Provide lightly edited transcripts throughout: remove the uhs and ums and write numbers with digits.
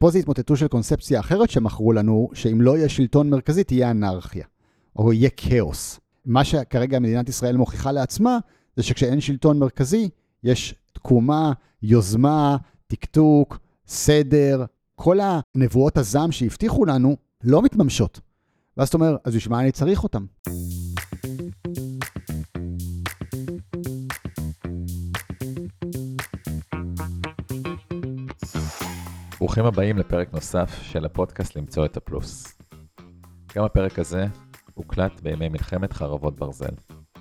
פה זה התמוטטות של קונספציה אחרת שמכרו לנו, שאם לא יהיה שלטון מרכזי, תהיה אנרכיה, או יהיה כאוס. מה שכרגע מדינת ישראל מוכיחה לעצמה, זה שכשאין שלטון מרכזי, יש תקומה, יוזמה, תקתוק, סדר, כל הנבואות הזעם שהבטיחו לנו לא מתממשות. ואז אתה אומר, אז בשביל מה אני צריך אותם? ברוכים הבאים לפרק נוסף של הפודקאסט למצוא את הפלוס. גם הפרק הזה הוקלט בימי מלחמת חרבות ברזל.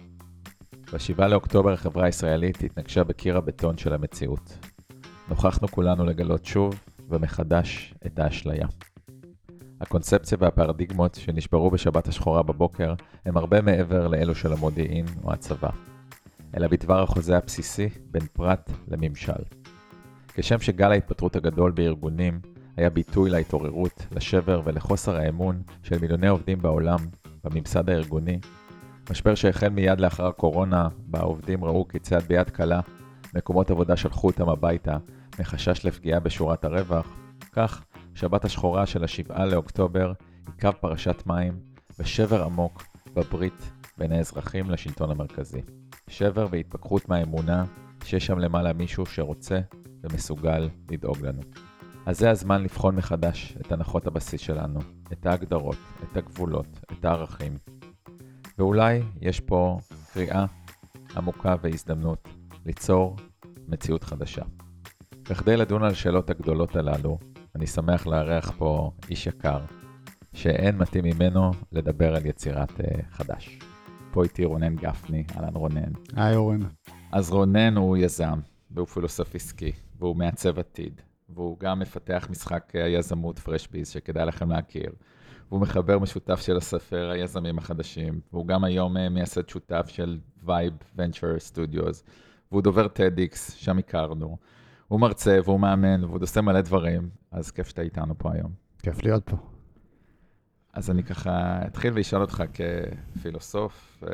ב7 לאוקטובר החברה הישראלית התנגשה בקיר הבטון של המציאות. נוכחנו כולנו לגלות שוב ומחדש את האשליה. הקונספציה והפרדיגמות שנשברו בשבת השחורה בבוקר הם הרבה מעבר לאלו של המודיעין או הצבא, אלא בדבר החוזה הבסיסי בין פרט לממשל. כשם שגל ההתפטרות הגדול בארגונים היה ביטוי להתעוררות, לשבר ולחוסר האמון של מיליוני עובדים בעולם בממסד הארגוני, משבר שהחל מיד לאחר הקורונה, בה העובדים ראו כיצד ביד קלה מקומות עבודה שלחו אותם הביתה מחשש לפגיעה בשורת הרווח, כך שבת השחורה של ה7 לאוקטובר היא קו פרשת מים ושבר עמוק בברית בין האזרחים לשלטון המרכזי. שבר והתפכחות מהאמונה שיש שם למעלה מישהו שרוצה ומסוגל לדאוג לנו. אז זה הזמן לבחון מחדש את הנחות הבסיס שלנו, את ההגדרות, את הגבולות, את הערכים. ואולי יש פה קריאה עמוקה והזדמנות ליצור מציאות חדשה. וכדי לדון על השאלות הגדולות הללו, אני שמח לארח פה איש יקר, שאין מתאים ממנו לדבר על יצירת חדש. פה איתי רונן גפני, אהלן רונן. היי אורן. אז רונן הוא יזם, והוא פילוסוף עסקי, והוא מעצב עתיד, והוא גם מפתח משחק היזמות פרשביז שכדאי לכם להכיר, והוא מחבר משותף של הספר היזמים החדשים, והוא גם היום מייסד שותף של Vibe Venture Studios, והוא דובר TEDx, שם הכרנו. הוא מרצה והוא מאמן, והוא עושה מלא דברים, אז כיף שאתה איתנו פה היום. כיף להיות פה. אז אני ככה אתחיל וישאל אותך כפילוסוף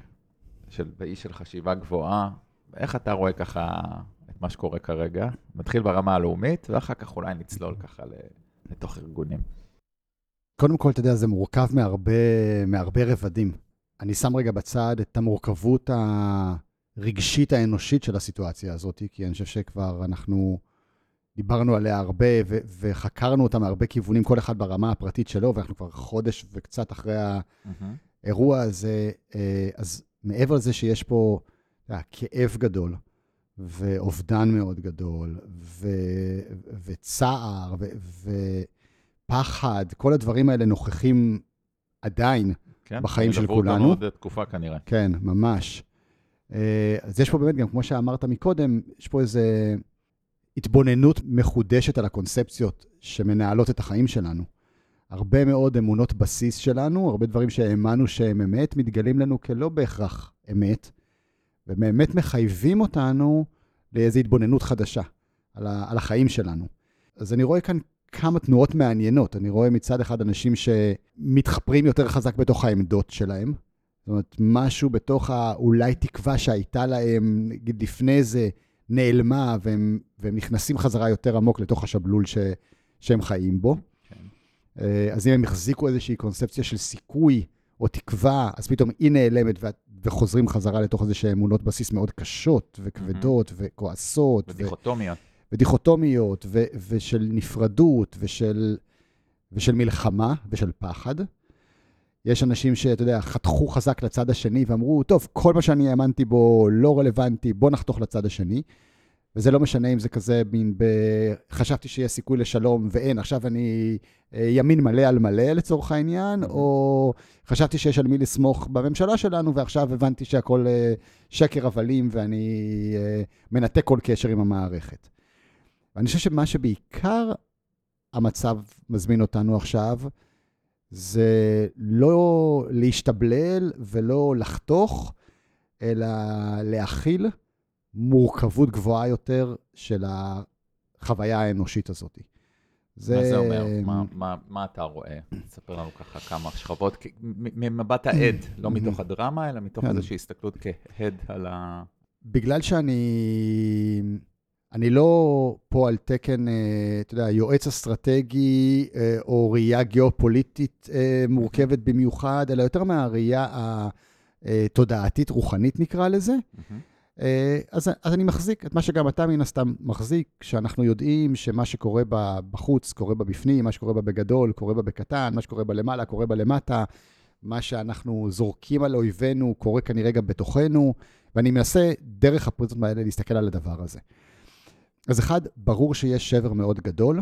ואיש של חשיבה גבוהה, איך אתה רואה ככה את מה שקורה כרגע? מתחיל ברמה הלאומית, ואחר כך אולי נצלול ככה לתוך ארגונים. קודם כל, אתה יודע, זה מורכב מהרבה רבדים. אני שם רגע בצד את המורכבות הרגשית האנושית של הסיטואציה הזאת, כי אני חושב שכבר אנחנו דיברנו עליה הרבה וחקרנו אותה מהרבה כיוונים, כל אחד ברמה הפרטית שלו, ואנחנו כבר חודש וקצת אחרי האירוע הזה. אז מעבר לזה שיש פה כאב גדול, ואובדן מאוד גדול, וצער, ופחד, כל הדברים האלה נוכחים עדיין בחיים של כולנו. כן, עוד תקופה כנראה. כן, ממש. אז יש פה באמת, גם כמו שאמרת מקודם, יש פה איזו התבוננות מחודשת על הקונספציות שמנהלות את החיים שלנו. הרבה מאוד אמונות בסיס שלנו, הרבה דברים שהאמנו שהם אמת, מתגלים לנו כלא בהכרח אמת, ובאמת מחייבים אותנו לאיזו התבוננות חדשה על החיים שלנו. אז אני רואה כאן כמה תנועות מעניינות. אני רואה מצד אחד אנשים שמתחפרים יותר חזק בתוך העמדות שלהם. זאת אומרת, משהו בתוך אולי תקווה שהייתה להם, נגיד לפני זה, נעלמה, והם נכנסים חזרה יותר עמוק לתוך השבלול שהם חיים בו. כן. אז אם הם החזיקו איזושהי קונספציה של סיכוי או תקווה, אז פתאום היא נעלמת וחוזרים חזרה לתוך איזושהי אמונות בסיס מאוד קשות וכבדות וכועסות. ודיכוטומיות ושל נפרדות ושל מלחמה ושל פחד. יש אנשים שאתה יודע, חתכו חזק לצד השני ואמרו, טוב, כל מה שאני האמנתי בו לא רלוונטי, בוא נחתוך לצד השני. וזה לא משנה אם זה כזה, חשבתי שיהיה סיכוי לשלום ואין, עכשיו אני ימין מלא על מלא לצורך העניין, או חשבתי שיש על מי לסמוך בממשלה שלנו, ועכשיו הבנתי שהכל שקר הבלים, ואני מנתק כל קשר עם המערכת. ואני חושב שמה שבעיקר המצב מזמין אותנו עכשיו, זה לא להשתבלל ולא לחתוך, אלא להכיל מורכבות גבוהה יותר של החוויה האנושית הזאת. מה זה אומר? מה אתה רואה? תספר לנו ככה כמה שכבות, ממבט העד, לא מתוך הדרמה, אלא מתוך איזושהי הסתכלות כהד על ה... בגלל שאני אני לא פה על תקן, אתה יודע, יועץ אסטרטגי או ראייה גיאופוליטית מורכבת במיוחד, אלא יותר מהראייה התודעתית רוחנית נקרא לזה. אז אני מחזיק את מה שגם אתה מן הסתם מחזיק, שאנחנו יודעים שמה שקורה בחוץ, קורה בבפנים, מה שקורה בגדול, קורה בקטן, מה שקורה בלמעלה, קורה בלמטה, מה שאנחנו זורקים על אויבינו, קורה כנראה גם בתוכנו, ואני מנסה דרך הפריזמות האלה להסתכל על הדבר הזה. אז אחד, ברור שיש שבר מאוד גדול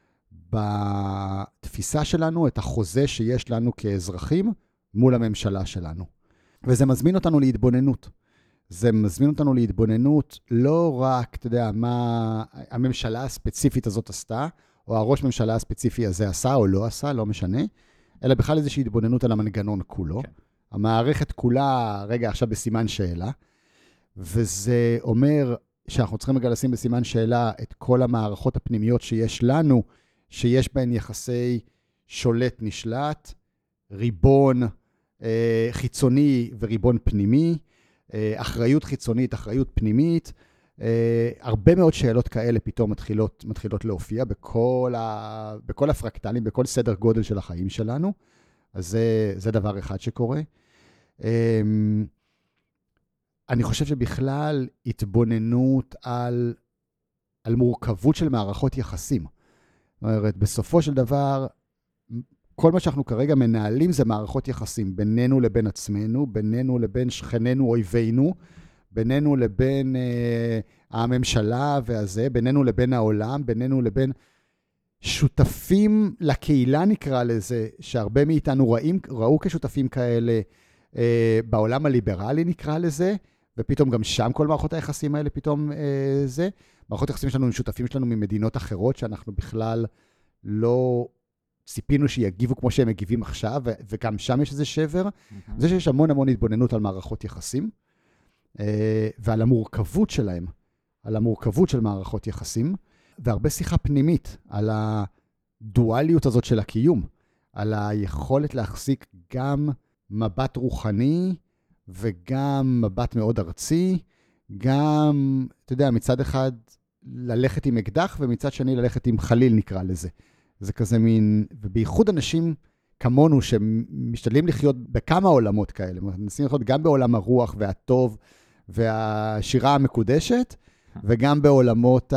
בתפיסה שלנו, את החוזה שיש לנו כאזרחים מול הממשלה שלנו. וזה מזמין אותנו להתבוננות. זה מזמין אותנו להתבוננות לא רק, אתה יודע, מה הממשלה הספציפית הזאת עשתה, או הראש ממשלה הספציפי הזה עשה או לא עשה, לא משנה, אלא בכלל איזושהי התבוננות על המנגנון כולו. Okay. המערכת כולה, רגע, עכשיו בסימן שאלה, וזה אומר שאנחנו צריכים רגע לשים בסימן שאלה את כל המערכות הפנימיות שיש לנו, שיש בהן יחסי שולט נשלט, ריבון חיצוני וריבון פנימי, אחריות חיצונית, אחריות פנימית, הרבה מאוד שאלות כאלה פתאום מתחילות להופיע בכל הפרקטלים, בכל סדר גודל של החיים שלנו. אז זה דבר אחד שקורה. אני חושב שבכלל התבוננות על מורכבות של מערכות יחסים. זאת אומרת, בסופו של דבר, כל מה שאנחנו כרגע מנהלים זה מערכות יחסים, בינינו לבין עצמנו, בינינו לבין שכנינו אויבינו, בינינו לבין הממשלה והזה, בינינו לבין העולם, בינינו לבין שותפים לקהילה נקרא לזה, שהרבה מאיתנו ראו כשותפים כאלה בעולם הליברלי נקרא לזה, ופתאום גם שם כל מערכות היחסים האלה פתאום זה. מערכות היחסים שלנו עם שותפים שלנו ממדינות אחרות, שאנחנו בכלל לא ציפינו שיגיבו כמו שהם מגיבים עכשיו, וגם שם יש איזה שבר. זה שיש המון המון התבוננות על מערכות יחסים, ועל המורכבות שלהם, על המורכבות של מערכות יחסים, והרבה שיחה פנימית על הדואליות הזאת של הקיום, על היכולת להחזיק גם מבט רוחני, וגם מבט מאוד ארצי, גם, אתה יודע, מצד אחד ללכת עם אקדח, ומצד שני ללכת עם חליל נקרא לזה. זה כזה מין, ובייחוד אנשים כמונו שמשתדלים לחיות בכמה עולמות כאלה, מנסים לחיות גם בעולם הרוח והטוב והשירה המקודשת, וגם בעולמות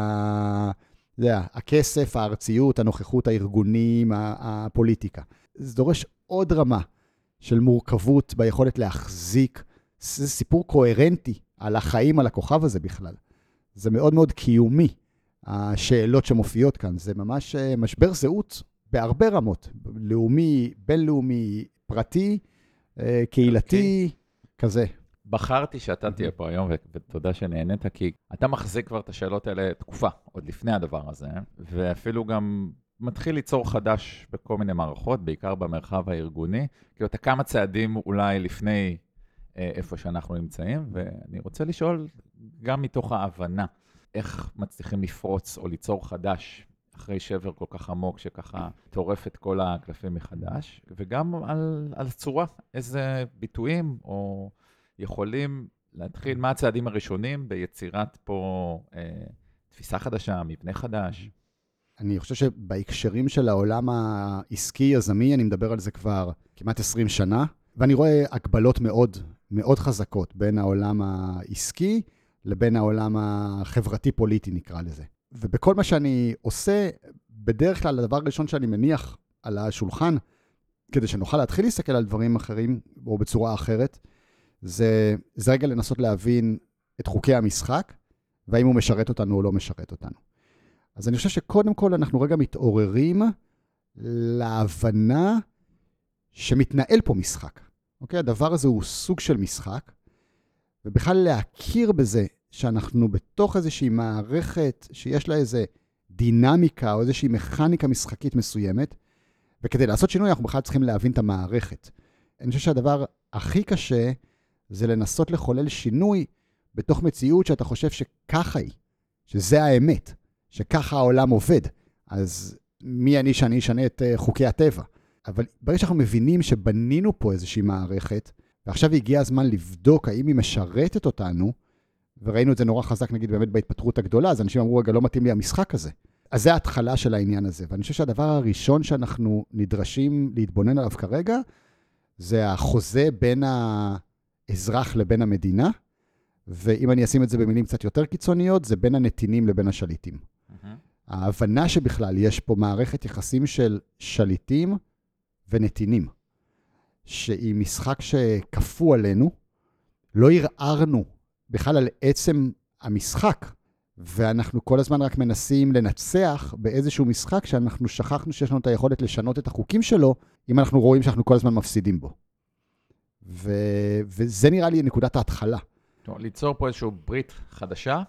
הכסף, הארציות, הנוכחות, הארגונים, הפוליטיקה. זה דורש עוד רמה של מורכבות ביכולת להחזיק, זה סיפור קוהרנטי על החיים, על הכוכב הזה בכלל. זה מאוד מאוד קיומי, השאלות שמופיעות כאן. זה ממש משבר זהות בהרבה רמות, לאומי, בינלאומי, פרטי, קהילתי, כזה. בחרתי שאתה תהיה פה היום, ותודה שנהנית, כי אתה מחזיק כבר את השאלות האלה תקופה, עוד לפני הדבר הזה, ואפילו גם מתחיל ליצור חדש בכל מיני מערכות, בעיקר במרחב הארגוני, כאילו אתה כמה צעדים אולי לפני איפה שאנחנו נמצאים, ואני רוצה לשאול גם מתוך ההבנה, איך מצליחים לפרוץ או ליצור חדש, אחרי שבר כל כך עמוק, שככה טורף את כל הקלפים מחדש, וגם על צורה, איזה ביטויים או יכולים להתחיל, מה הצעדים הראשונים ביצירת פה תפיסה חדשה, מבנה חדש. אני חושב שבהקשרים של העולם העסקי, יזמי, אני מדבר על זה כבר כמעט 20 שנה, ואני רואה הגבלות מאוד, מאוד חזקות בין העולם העסקי לבין העולם החברתי-פוליטי, נקרא לזה. ובכל מה שאני עושה, בדרך כלל הדבר הראשון שאני מניח על השולחן, כדי שנוכל להתחיל להסתכל על דברים אחרים, או בצורה אחרת, זה רגע לנסות להבין את חוקי המשחק, והאם הוא משרת אותנו או לא משרת אותנו. אז אני חושב שקודם כל אנחנו רגע מתעוררים להבנה שמתנהל פה משחק. אוקיי? הדבר הזה הוא סוג של משחק, ובכלל להכיר בזה שאנחנו בתוך איזושהי מערכת שיש לה איזו דינמיקה או איזושהי מכניקה משחקית מסוימת, וכדי לעשות שינוי אנחנו בכלל צריכים להבין את המערכת. אני חושב שהדבר הכי קשה זה לנסות לחולל שינוי בתוך מציאות שאתה חושב שככה היא, שזה האמת, שככה העולם עובד. אז מי אני שאני אשנה את חוקי הטבע? אבל ברגע שאנחנו מבינים שבנינו פה איזושהי מערכת, ועכשיו הגיע הזמן לבדוק האם היא משרתת אותנו, וראינו את זה נורא חזק, נגיד, באמת בהתפטרות הגדולה, אז אנשים אמרו, רגע, לא מתאים לי המשחק הזה. אז זה ההתחלה של העניין הזה, ואני חושב שהדבר הראשון שאנחנו נדרשים להתבונן עליו כרגע, זה החוזה בין האזרח לבין המדינה, ואם אני אשים את זה במילים קצת יותר קיצוניות, זה בין הנתינים לבין השליטים. ההבנה שבכלל יש פה מערכת יחסים של שליטים ונתינים, שהיא משחק שכפו עלינו, לא ערערנו בכלל על עצם המשחק, ואנחנו כל הזמן רק מנסים לנצח באיזשהו משחק שאנחנו שכחנו שיש לנו את היכולת לשנות את החוקים שלו, אם אנחנו רואים שאנחנו כל הזמן מפסידים בו. וזה נראה לי נקודת ההתחלה. ליצור פה איזושהי ברית חדשה,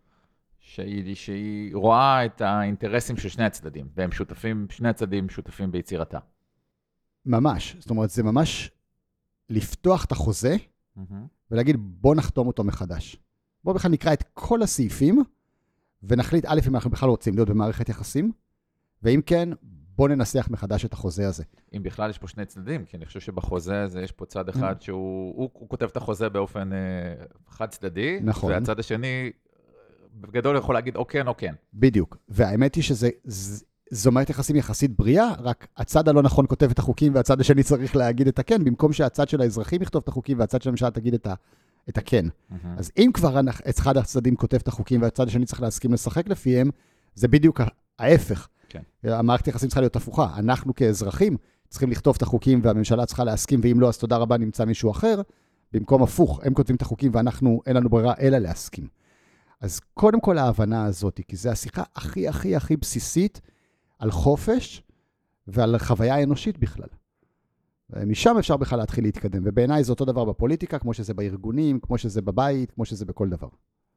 שהיא רואה את האינטרסים של שני הצדדים, והם שותפים, שני הצדדים שותפים ביצירתה. ממש, זאת אומרת, זה ממש לפתוח את החוזה, ולהגיד, בוא נחתום אותו מחדש. בוא בכלל נקרא את כל הסעיפים, ונחליט א' אם אנחנו בכלל רוצים להיות במערכת יחסים, ואם כן, בוא ננסח מחדש את החוזה הזה. אם בכלל יש פה שני צדדים, כי אני חושב שבחוזה הזה יש פה צד אחד שהוא כותב את החוזה באופן חד צדדי, נכון. והצד השני בגדול יכול להגיד או כן או כן. בדיוק, והאמת היא זו מערכת יחסים יחסית בריאה, רק הצד הלא נכון כותב את החוקים, והצד השני צריך להגיד את הכן, במקום שהצד של האזרחים יכתוב את החוקים, והצד של הממשלה תגיד את הכן. אז אם כבר אחד הצדדים כותב את החוקים, והצד השני צריך להסכים לשחק לפיהם, זה בדיוק ההפך. כן. המערכת יחסים צריכה להיות הפוכה. אנחנו כאזרחים צריכים לכתוב את החוקים, והממשלה צריכה להסכים, ואם לא, אז תודה רבה, נמצא מישהו אחר. במקום הפוך, הם כותבים את החוקים, ואנחנו, אין לנו ברירה אלא להסכים. אז קודם כל ההבנה הזאת, כי זו השיחה הכי הכי הכי בסיסית על חופש ועל חוויה האנושית בכלל. משם אפשר בכלל להתחיל להתקדם, ובעיניי זה אותו דבר בפוליטיקה, כמו שזה בארגונים, כמו שזה בבית, כמו שזה בכל דבר.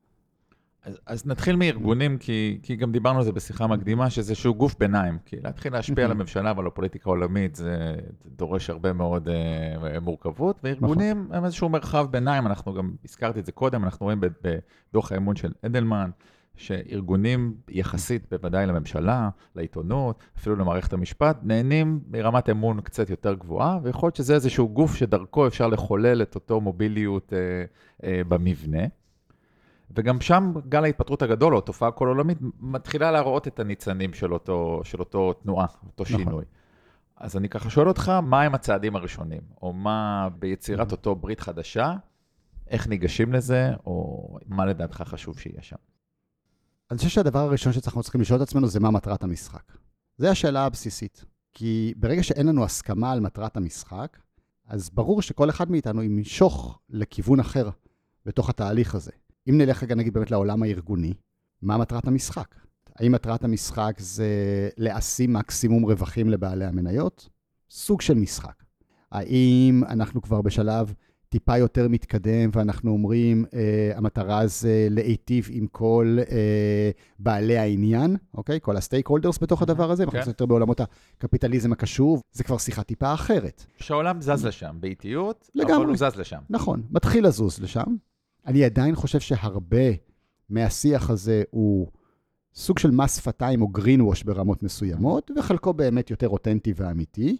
אז נתחיל מארגונים, כי גם דיברנו על זה בשיחה מקדימה, שזה שהוא גוף ביניים, כי להתחיל להשפיע על הממשלה ועל הפוליטיקה העולמית, זה דורש הרבה מאוד מורכבות, וארגונים הם איזשהו מרחב ביניים, אנחנו גם הזכרתי את זה קודם, אנחנו רואים בדוח האמון של אדלמן, שארגונים יחסית בוודאי לממשלה, לעיתונות, אפילו למערכת המשפט, נהנים מרמת אמון קצת יותר גבוהה, ויכול להיות שזה איזשהו גוף שדרכו אפשר לחולל את אותו מוביליות במבנה. וגם שם גל ההתפטרות הגדול, או תופעה כל עולמית, מתחילה להראות את הניצנים של אותו תנועה, אותו שינוי. אז אני ככה שואל אותך, מה הם הצעדים הראשונים? או מה ביצירת אותו ברית חדשה, איך ניגשים לזה, או מה לדעתך חשוב שיהיה שם? אני חושב שהדבר הראשון שאנחנו צריכים לשאול את עצמנו זה מה מטרת המשחק. זו השאלה הבסיסית. כי ברגע שאין לנו הסכמה על מטרת המשחק, אז ברור שכל אחד מאיתנו ימשוך לכיוון אחר בתוך התהליך הזה. אם נלך רגע נגיד באמת לעולם הארגוני, מה מטרת המשחק? האם מטרת המשחק זה להשים מקסימום רווחים לבעלי המניות? סוג של משחק. האם אנחנו כבר בשלב טיפה יותר מתקדם, ואנחנו אומרים, המטרה זה להיטיב עם כל בעלי העניין, אוקיי? כל הסטייק הולדרס בתוך הדבר הזה, אנחנו יותר בעולמות הקפיטליזם הקשור, זה כבר שיחה טיפה אחרת. שהעולם זז לשם, באיטיות, אבל הוא זז לשם. נכון, מתחיל לזוז לשם. אני עדיין חושב שהרבה מהשיח הזה הוא סוג של מס שפתיים או greenwash ברמות מסוימות, וחלקו באמת יותר אותנטי ואמיתי.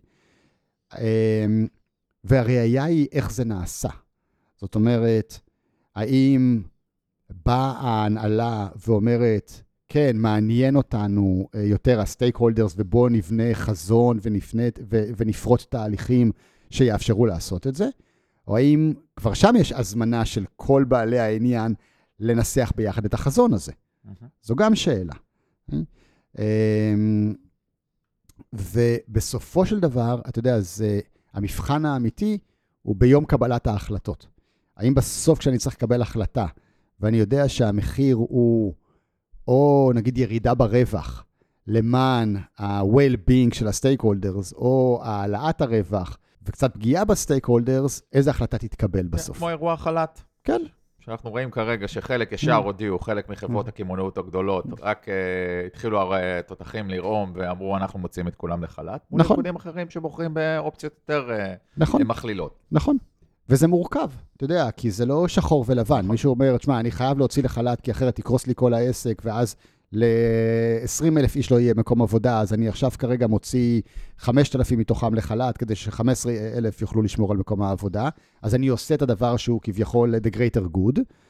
והראייה היא איך זה נעשה. זאת אומרת, האם באה ההנהלה ואומרת, כן, מעניין אותנו יותר הסטייק הולדרס, ובואו נבנה חזון ונפרוט תהליכים שיאפשרו לעשות את זה, או האם כבר שם יש הזמנה של כל בעלי העניין לנסח ביחד את החזון הזה. זו גם שאלה. ובסופו של דבר, אתה יודע, המבחן האמיתי הוא ביום קבלת ההחלטות. האם בסוף כשאני צריך לקבל החלטה, ואני יודע שהמחיר הוא, או נגיד ירידה ברווח, למען ה-well-being של הסטייק-הולדרס, או העלאת הרווח, וקצת פגיעה בסטייק-הולדרס, איזה החלטה תתקבל בסוף? כמו אירוע חל"ת. כן. שאנחנו רואים כרגע שחלק ישר הודיעו, חלק מחברות הקמעונאות הגדולות, רק התחילו תותחים לרעום ואמרו אנחנו מוצאים את כולם לחל"ת. נכון. ארגונים אחרים שבוחרים באופציות יותר מכלילות. נכון. וזה מורכב, אתה יודע, כי זה לא שחור ולבן. מישהו אומר, תשמע, אני חייב להוציא לחל"ת, כי אחרת יקרוס לי כל העסק, ואז ל-20,000 איש לא יהיה מקום עבודה, אז אני עכשיו כרגע מוציא 5,000 מתוכם לחל"ת, כדי ש-15,000 יוכלו לשמור על מקום העבודה. אז אני עושה את הדבר שהוא כביכול the greater good,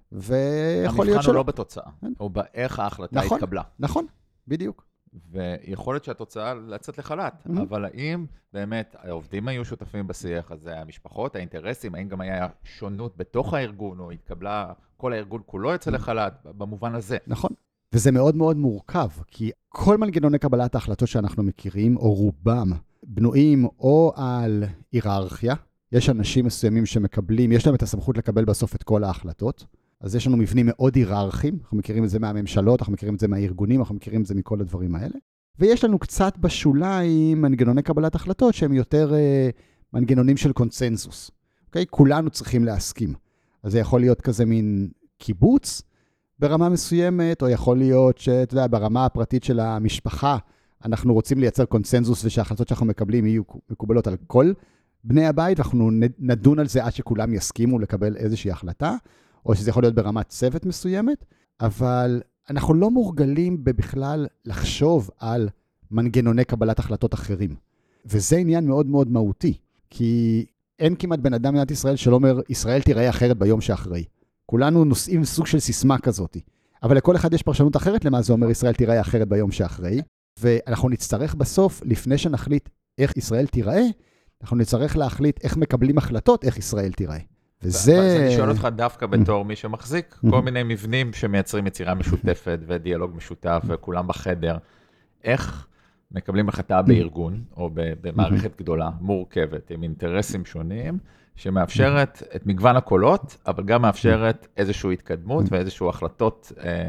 ויכול להיות המבחן הוא לא בתוצאה, הוא באיך ההחלטה התקבלה. נכון, בדיוק. ויכול להיות שהתוצאה לצאת לחל"ת, אבל האם באמת העובדים היו שותפים בשיח הזה, המשפחות, האינטרסים, האם גם היה שונות בתוך הארגון, או התקבלה, כל הארגון כולו יצא לחל"ת, במובן הזה. נכון. וזה מאוד מאוד מורכב, כי כל מנגנוני קבלת ההחלטות שאנחנו מכירים, או רובם, בנויים או על היררכיה, יש אנשים מסוימים שמקבלים, יש להם את הסמכות לקבל בסוף את כל ההחלטות, אז יש לנו מבנים מאוד היררכיים, אנחנו מכירים את זה מהממשלות, אנחנו מכירים את זה מהארגונים, אנחנו מכירים את זה מכל הדברים האלה, ויש לנו קצת בשוליים מנגנוני קבלת החלטות שהם יותר מנגנונים של קונצנזוס. אוקיי? כולנו צריכים להסכים. אז זה יכול להיות כזה מין קיבוץ ברמה מסוימת, או יכול להיות שאתה יודע, ברמה הפרטית של המשפחה, אנחנו רוצים לייצר קונצנזוס ושההחלטות שאנחנו מקבלים יהיו מקובלות על כל בני הבית, ואנחנו נדון על זה עד שכולם יסכימו לקבל איזושהי החלטה, או שזה יכול להיות ברמת צוות מסוימת, אבל אנחנו לא מורגלים בכלל לחשוב על מנגנוני קבלת החלטות אחרים. וזה עניין מאוד מאוד מהותי, כי אין כמעט בן אדם במדינת ישראל שלא אומר, ישראל תיראה אחרת ביום שאחרי. כולנו נושאים סוג של סיסמה כזאת, אבל לכל אחד יש פרשנות אחרת למה זה אומר ישראל תיראה אחרת ביום שאחרי, ואנחנו נצטרך בסוף, לפני שנחליט איך ישראל תיראה, אנחנו נצטרך להחליט איך מקבלים החלטות, איך ישראל תיראה. וזה... אז אני שואל אותך דווקא בתור מי שמחזיק כל מיני מבנים שמייצרים יצירה משותפת ודיאלוג משותף וכולם בחדר. איך מקבלים החלטה בארגון או במערכת גדולה, מורכבת, עם אינטרסים שונים, שמאפשרת את מגוון הקולות, אבל גם מאפשרת איזושהי התקדמות ואיזושהי החלטות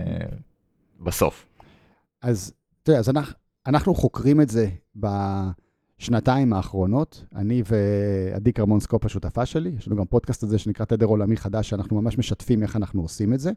בסוף. אז תראה, אז אנחנו חוקרים את זה בשנתיים האחרונות, אני ועדי קרמון סקופ השותפה שלי, יש לנו גם פודקאסט הזה שנקרא תדר עולמי חדש, שאנחנו ממש משתפים איך אנחנו עושים את זה.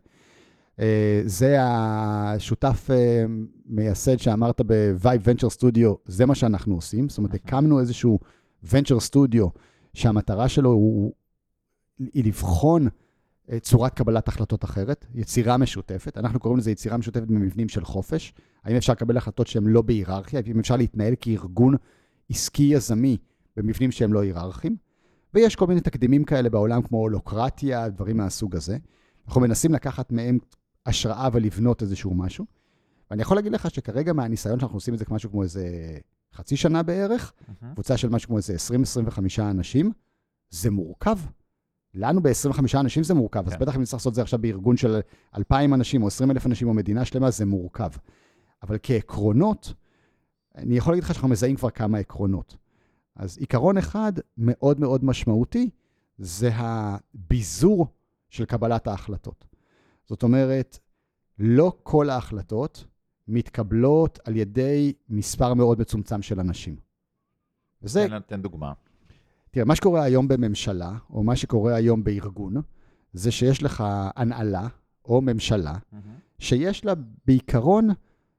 זה השותף מייסד שאמרת בווייב ונצ'ר סטודיו, זה מה שאנחנו עושים, זאת אומרת, הקמנו איזשהו ונצ'ר סטודיו, שהמטרה שלו היא לבחון צורת קבלת החלטות אחרת, יצירה משותפת, אנחנו קוראים לזה יצירה משותפת במבנים של חופש, האם אפשר לקבל החלטות שהן לא בהיררכיה, האם אפשר להתנהל כארגון עסקי יזמי במבנים שהם לא היררכיים, ויש כל מיני תקדימים כאלה בעולם כמו הולוקרטיה, דברים מהסוג הזה, אנחנו מנסים לקחת מהם השראה ולבנות איזשהו משהו, ואני יכול להגיד לך שכרגע מהניסיון שאנחנו עושים את זה כמשהו כמו איזה חצי שנה בערך, קבוצה של משהו כמו איזה 20-25 אנשים, זה מורכב. לנו ב-25 אנשים זה מורכב, אז בטח אם נצטרך לעשות זה עכשיו בארגון של 2,000 אנשים או 20,000 אנשים או מדינה שלמה, זה מורכב. אבל כעקרונות, אני יכול להגיד לך שאנחנו מזהים כבר כמה עקרונות. אז עיקרון אחד מאוד מאוד משמעותי, זה הביזור של קבלת ההחלטות. זאת אומרת, לא כל ההחלטות מתקבלות על ידי מספר מאוד מצומצם של אנשים. וזה... תן דוגמה. תראה, מה שקורה היום בממשלה, או מה שקורה היום בארגון, זה שיש לך הנהלה או ממשלה, שיש לה בעיקרון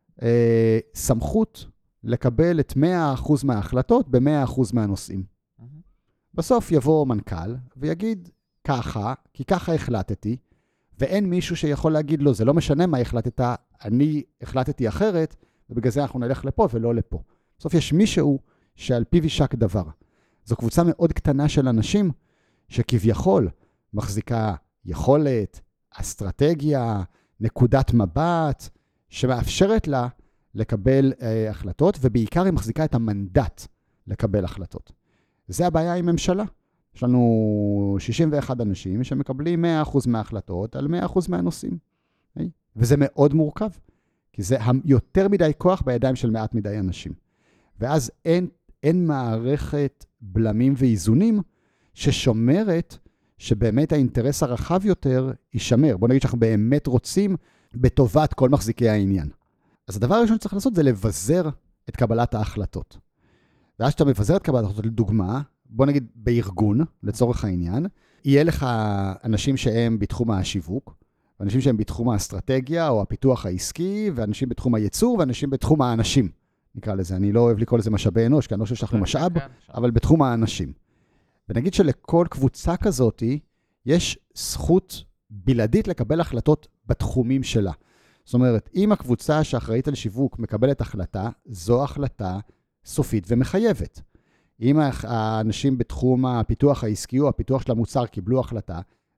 סמכות לקבל את 100% מההחלטות ב-100% מהנושאים. בסוף יבוא מנכ"ל ויגיד ככה, כי ככה החלטתי, ואין מישהו שיכול להגיד לו, זה לא משנה מה החלטת, אני החלטתי אחרת, ובגלל זה אנחנו נלך לפה ולא לפה. בסוף יש מישהו שעל פיו יישק דבר. זו קבוצה מאוד קטנה של אנשים שכביכול מחזיקה יכולת, אסטרטגיה, נקודת מבט, שמאפשרת לה לקבל החלטות, ובעיקר היא מחזיקה את המנדט לקבל החלטות. זה הבעיה עם ממשלה. יש לנו 61 אנשים שמקבלים 100% מההחלטות על 100% מהנושאים. וזה מאוד מורכב, כי זה יותר מדי כוח בידיים של מעט מדי אנשים. ואז אין מערכת בלמים ואיזונים ששומרת שבאמת האינטרס הרחב יותר יישמר. בוא נגיד שאנחנו באמת רוצים בטובת כל מחזיקי העניין. אז הדבר הראשון שצריך לעשות זה לבזר את קבלת ההחלטות. ואז שאתה מבזר את קבלת ההחלטות, לדוגמה, בוא נגיד בארגון, לצורך העניין, יהיה לך אנשים שהם בתחום השיווק, ואנשים שהם בתחום האסטרטגיה או הפיתוח העסקי, ואנשים בתחום הייצור, ואנשים בתחום האנשים. נקרא לזה, אני לא אוהב לקרוא לזה משאבי אנוש, כי אני לא חושב שאנחנו משאב, אבל בתחום האנשים. ונגיד שלכל קבוצה כזאת יש זכות בלעדית לקבל החלטות בתחומים שלה. זאת אומרת, אם הקבוצה שאחראית על שיווק מקבלת החלטה, זו החלטה סופית ומחייבת. אם האנשים בתחום הפיתוח העסקי או הפיתוח של המוצר קיבלו החלטה,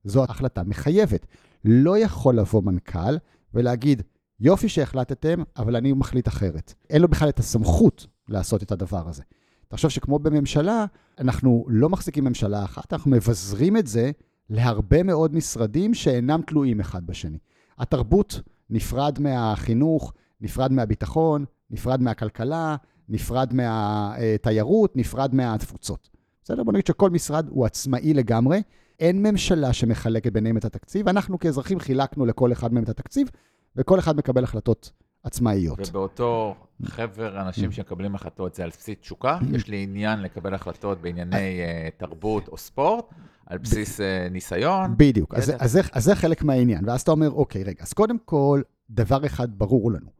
זו החלטה מחייבת. לא יכול לבוא מנכ"ל ולהגיד, יופי שהחלטתם, אבל אני מחליט אחרת. אין לו בכלל את הסמכות לעשות את הדבר הזה. תחשוב שכמו בממשלה, אנחנו לא מחזיקים ממשלה אחת, אנחנו מבזרים את זה להרבה מאוד משרדים שאינם תלויים אחד בשני. התרבות נפרד מהחינוך, נפרד מהביטחון, נפרד מהכלכלה, נפרד מהתיירות, נפרד מהתפוצות. בסדר? בוא נגיד שכל משרד הוא עצמאי לגמרי, אין ממשלה שמחלקת ביניהם את התקציב, אנחנו כאזרחים חילקנו לכל אחד מהם את התקציב, וכל אחד מקבל החלטות עצמאיות. ובאותו חבר אנשים שמקבלים החלטות זה על בסיס תשוקה, יש לי עניין לקבל החלטות בענייני תרבות או ספורט, על בסיס ניסיון. בדיוק, אז זה חלק מהעניין, ואז אתה אומר, אוקיי, רגע, אז קודם כל, דבר אחד ברור לנו,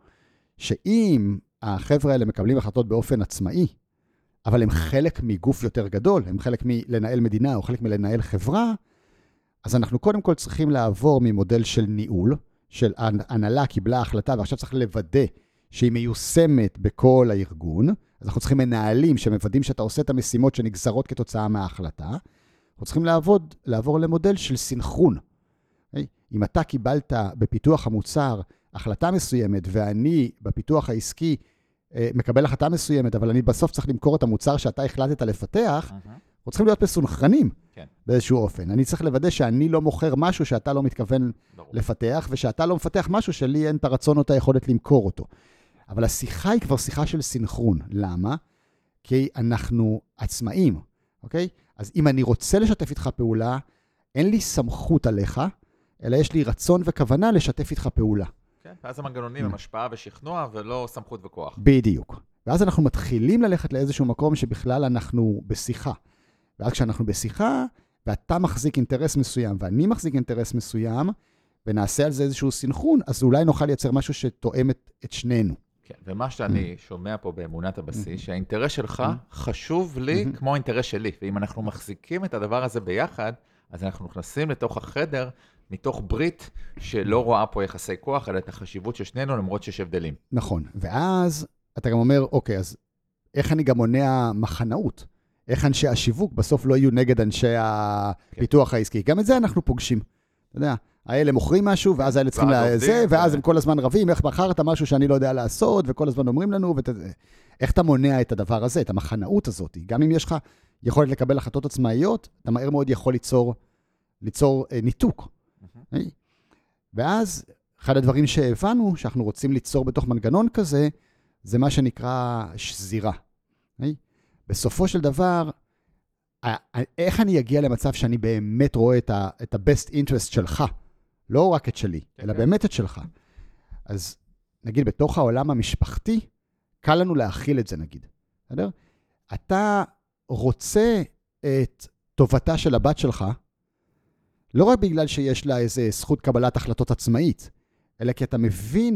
שאם החבר'ה האלה מקבלים החלטות באופן עצמאי, אבל הם חלק מגוף יותר גדול, הם חלק מלנהל מדינה או חלק מלנהל חברה, אז אנחנו קודם כל צריכים לעבור ממודל של ניהול, של הנהלה קיבלה החלטה, ועכשיו צריך לוודא שהיא מיושמת בכל הארגון, אז אנחנו צריכים מנהלים שמוודאים שאתה עושה את המשימות שנגזרות כתוצאה מההחלטה, אנחנו צריכים לעבור למודל של סינכרון. אם אתה קיבלת בפיתוח המוצר החלטה מסוימת, ואני בפיתוח העסקי מקבל החלטה מסוימת, אבל אני בסוף צריך למכור את המוצר שאתה החלטת לפתח, אנחנו צריכים להיות מסונכרנים באיזשהו אופן. אני צריך לוודא שאני לא מוכר משהו שאתה לא מתכוון לפתח, ושאתה לא מפתח משהו שלי אין את הרצון או את היכולת למכור אותו. אבל השיחה היא כבר שיחה של סינכרון. למה? כי אנחנו עצמאים, אוקיי? אז אם אני רוצה לשתף איתך פעולה, אין לי סמכות עליך, אלא יש לי רצון וכוונה לשתף איתך פעולה. כן, ואז המנגנונים הם השפעה ושכנוע, ולא סמכות וכוח. בדיוק. ואז אנחנו מתחילים ללכת לאיזשהו מקום שבכלל אנחנו בשיחה. ואז כשאנחנו בשיחה, ואתה מחזיק אינטרס מסוים, ואני מחזיק אינטרס מסוים, ונעשה על זה איזשהו סינכרון, אז אולי נוכל לייצר משהו שתואם את שנינו. כן, ומה שאני שומע פה באמונת הבסיס, שהאינטרס שלך חשוב לי כמו האינטרס שלי, ואם אנחנו מחזיקים את הדבר הזה ביחד, אז אנחנו נכנסים לתוך החדר, מתוך ברית שלא רואה פה יחסי כוח, אלא את החשיבות של שנינו, למרות שיש הבדלים. נכון, ואז אתה גם אומר, אוקיי, אז איך אני גם מונע מחנאות? איך אנשי השיווק בסוף לא יהיו נגד אנשי הפיתוח העסקי? גם את זה אנחנו פוגשים. אתה יודע, האלה מוכרים משהו, ואז האלה צריכים לזה, ואז הם כל הזמן רבים, איך בחרת משהו שאני לא יודע לעשות, וכל הזמן אומרים לנו, איך אתה מונע את הדבר הזה, את המחנאות הזאת? גם אם יש לך יכולת לקבל החלטות עצמאיות, אתה מהר מאוד יכול ליצור ניתוק. ואז, אחד הדברים שהבנו, שאנחנו רוצים ליצור בתוך מנגנון כזה, זה מה שנקרא שזירה. בסופו של דבר, איך אני אגיע למצב שאני באמת רואה את ה-best interest שלך, לא רק את שלי, אלא באמת את שלך. אז נגיד, בתוך העולם המשפחתי, קל לנו להכיל את זה, נגיד. בסדר? אתה רוצה את טובתה של הבת שלך, לא רק בגלל שיש לה איזו זכות קבלת החלטות עצמאית, אלא כי אתה מבין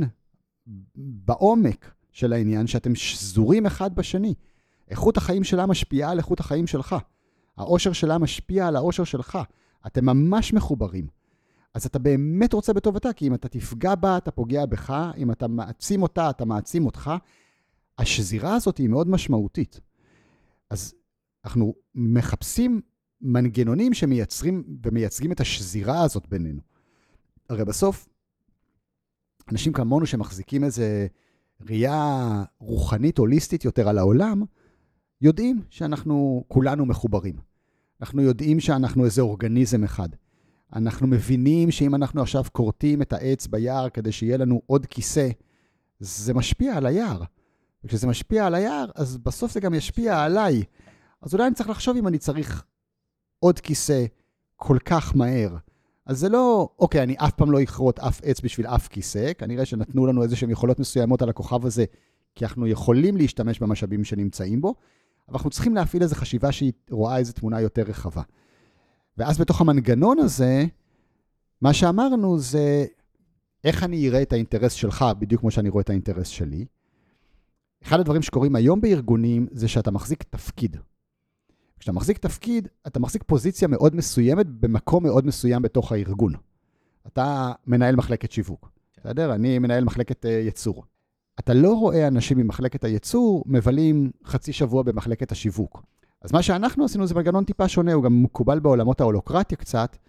בעומק של העניין שאתם שזורים אחד בשני. איכות החיים שלה משפיעה על איכות החיים שלך. האושר שלה משפיע על האושר שלך. אתם ממש מחוברים. אז אתה באמת רוצה בטובתה, כי אם אתה תפגע בה, אתה פוגע בך, אם אתה מעצים אותה, אתה מעצים אותך. השזירה הזאת היא מאוד משמעותית. אז אנחנו מחפשים מנגנונים ומייצגים את השזירה הזאת בינינו. הרי בסוף, אנשים כמונו שמחזיקים איזה ראייה רוחנית, הוליסטית יותר על העולם, יודעים שאנחנו כולנו מחוברים. אנחנו יודעים שאנחנו איזה אורגניזם אחד. אנחנו מבינים שאם אנחנו עכשיו קורטים את העץ ביער כדי שיהיה לנו עוד כיסא, זה משפיע על היער. וכשזה משפיע על היער, אז בסוף זה גם ישפיע עליי. אז אולי אני צריך לחשוב אם אני צריך עוד כיסא כל כך מהר. אז זה לא, אוקיי, אני אף פעם לא אכרות אף עץ בשביל אף כיסא, כנראה שנתנו לנו איזשהם יכולות מסוימות על הכוכב הזה, כי אנחנו יכולים להשתמש במשאבים שנמצאים בו, אבל אנחנו צריכים להפעיל איזו חשיבה שהיא רואה איזו תמונה יותר רחבה. ואז בתוך המנגנון הזה, מה שאמרנו זה, איך אני אראה את האינטרס שלך, בדיוק כמו שאני רואה את האינטרס שלי. אחד הדברים שקורים היום בארגונים, זה שאתה מחזיק תפקיד. כשאתה מחזיק תפקיד, אתה מחזיק פוזיציה מאוד מסוימת, במקום מאוד מסוים בתוך הארגון. אתה מנהל מחלקת שיווק. בסדר? אני מנהל מחלקת ייצור. אתה לא רואה אנשים ממחלקת הייצור, מבלים חצי שבוע במחלקת השיווק. אז מה שאנחנו עשינו זה מנגנון טיפה שונה, הוא גם מקובל בעולמות ההולוקרטיה קצת.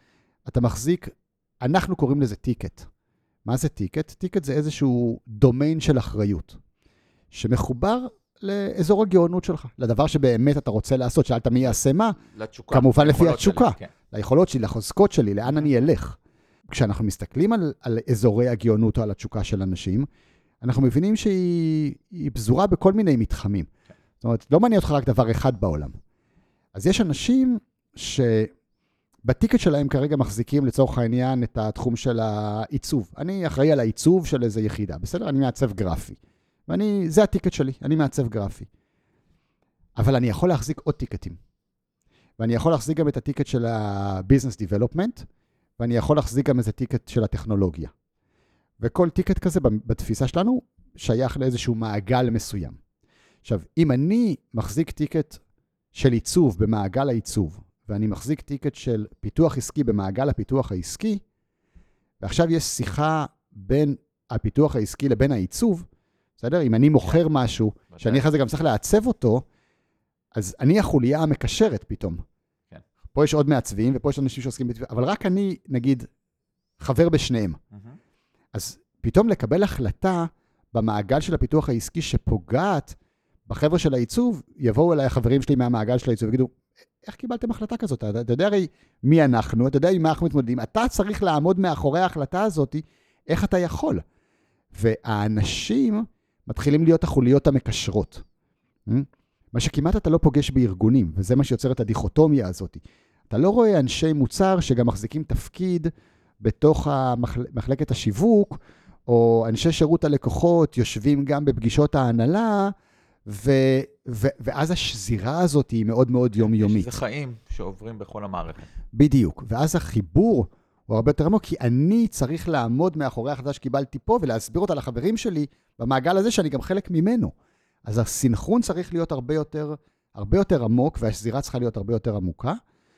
אתה מחזיק, אנחנו קוראים לזה טיקט. מה זה טיקט? טיקט זה איזשהו דומיין של אחריות, שמחובר לאזור הגאונות שלך, לדבר שבאמת אתה רוצה לעשות. שאלת מי יעשה מה? לתשוקה. כמובן לפי התשוקה, כן. ליכולות שלי, לחוזקות שלי, לאן אני אלך. כשאנחנו מסתכלים על אזורי הגאונות או על התשוקה של אנשים, אנחנו מבינים שהיא פזורה בכל מיני מתחמים. כן. זאת אומרת, לא מעניין אותך רק דבר אחד בעולם. אז יש אנשים שבטיקט שלהם כרגע מחזיקים לצורך העניין את התחום של העיצוב. אני אחראי על העיצוב של איזו יחידה, בסדר? אני מעצב גרפי. זה הטיקט שלי, אני מעצב גרפי. אבל אני יכול להחזיק עוד טיקטים. ואני יכול להחזיק גם את הטיקט של ה-Business Development, ואני יכול להחזיק גם איזה טיקט של הטכנולוגיה. וכל טיקט כזה בתפיסה שלנו שייך לאיזשהו מעגל מסוים. עכשיו, אם אני מחזיק טיקט של עיצוב במעגל העיצוב, ואני מחזיק טיקט של פיתוח עסקי במעגל הפיתוח העסקי, ועכשיו יש שיחה בין הפיתוח העסקי לבין העיצוב, בסדר? אם אני מוכר משהו, שאני אחרי זה גם צריך לעצב אותו, אז אני החוליה המקשרת פתאום. כן. פה יש עוד מעצבים, ופה יש אנשים שעוסקים בתביעה, אבל רק אני, נגיד, חבר בשניהם. אז פתאום לקבל החלטה במעגל של הפיתוח העסקי שפוגעת בחבר'ה של העיצוב, יבואו אליי החברים שלי מהמעגל של העיצוב, ויגידו, איך קיבלתם החלטה כזאת? אתה יודע הרי מי אנחנו, אתה יודע עם מה אנחנו מתמודדים, אתה צריך לעמוד מאחורי ההחלטה הזאת, איך אתה יכול? והאנשים מתחילים להיות החוליות המקשרות. מה שכמעט אתה לא פוגש בארגונים, וזה מה שיוצר את הדיכוטומיה הזאת. אתה לא רואה אנשי מוצר שגם מחזיקים תפקיד בתוך מחלקת השיווק, או אנשי שירות הלקוחות יושבים גם בפגישות ההנהלה, ואז השזירה הזאת היא מאוד מאוד יומיומית. זה חיים שעוברים בכל המערכת. בדיוק, ואז החיבור הוא הרבה יותר עמוק, כי אני צריך לעמוד מאחורי ההחלטה שקיבלתי פה, ולהסביר אותה לחברים שלי במעגל הזה שאני גם חלק ממנו. אז הסינכרון צריך להיות הרבה יותר עמוק, והשזירה צריכה להיות הרבה יותר עמוקה,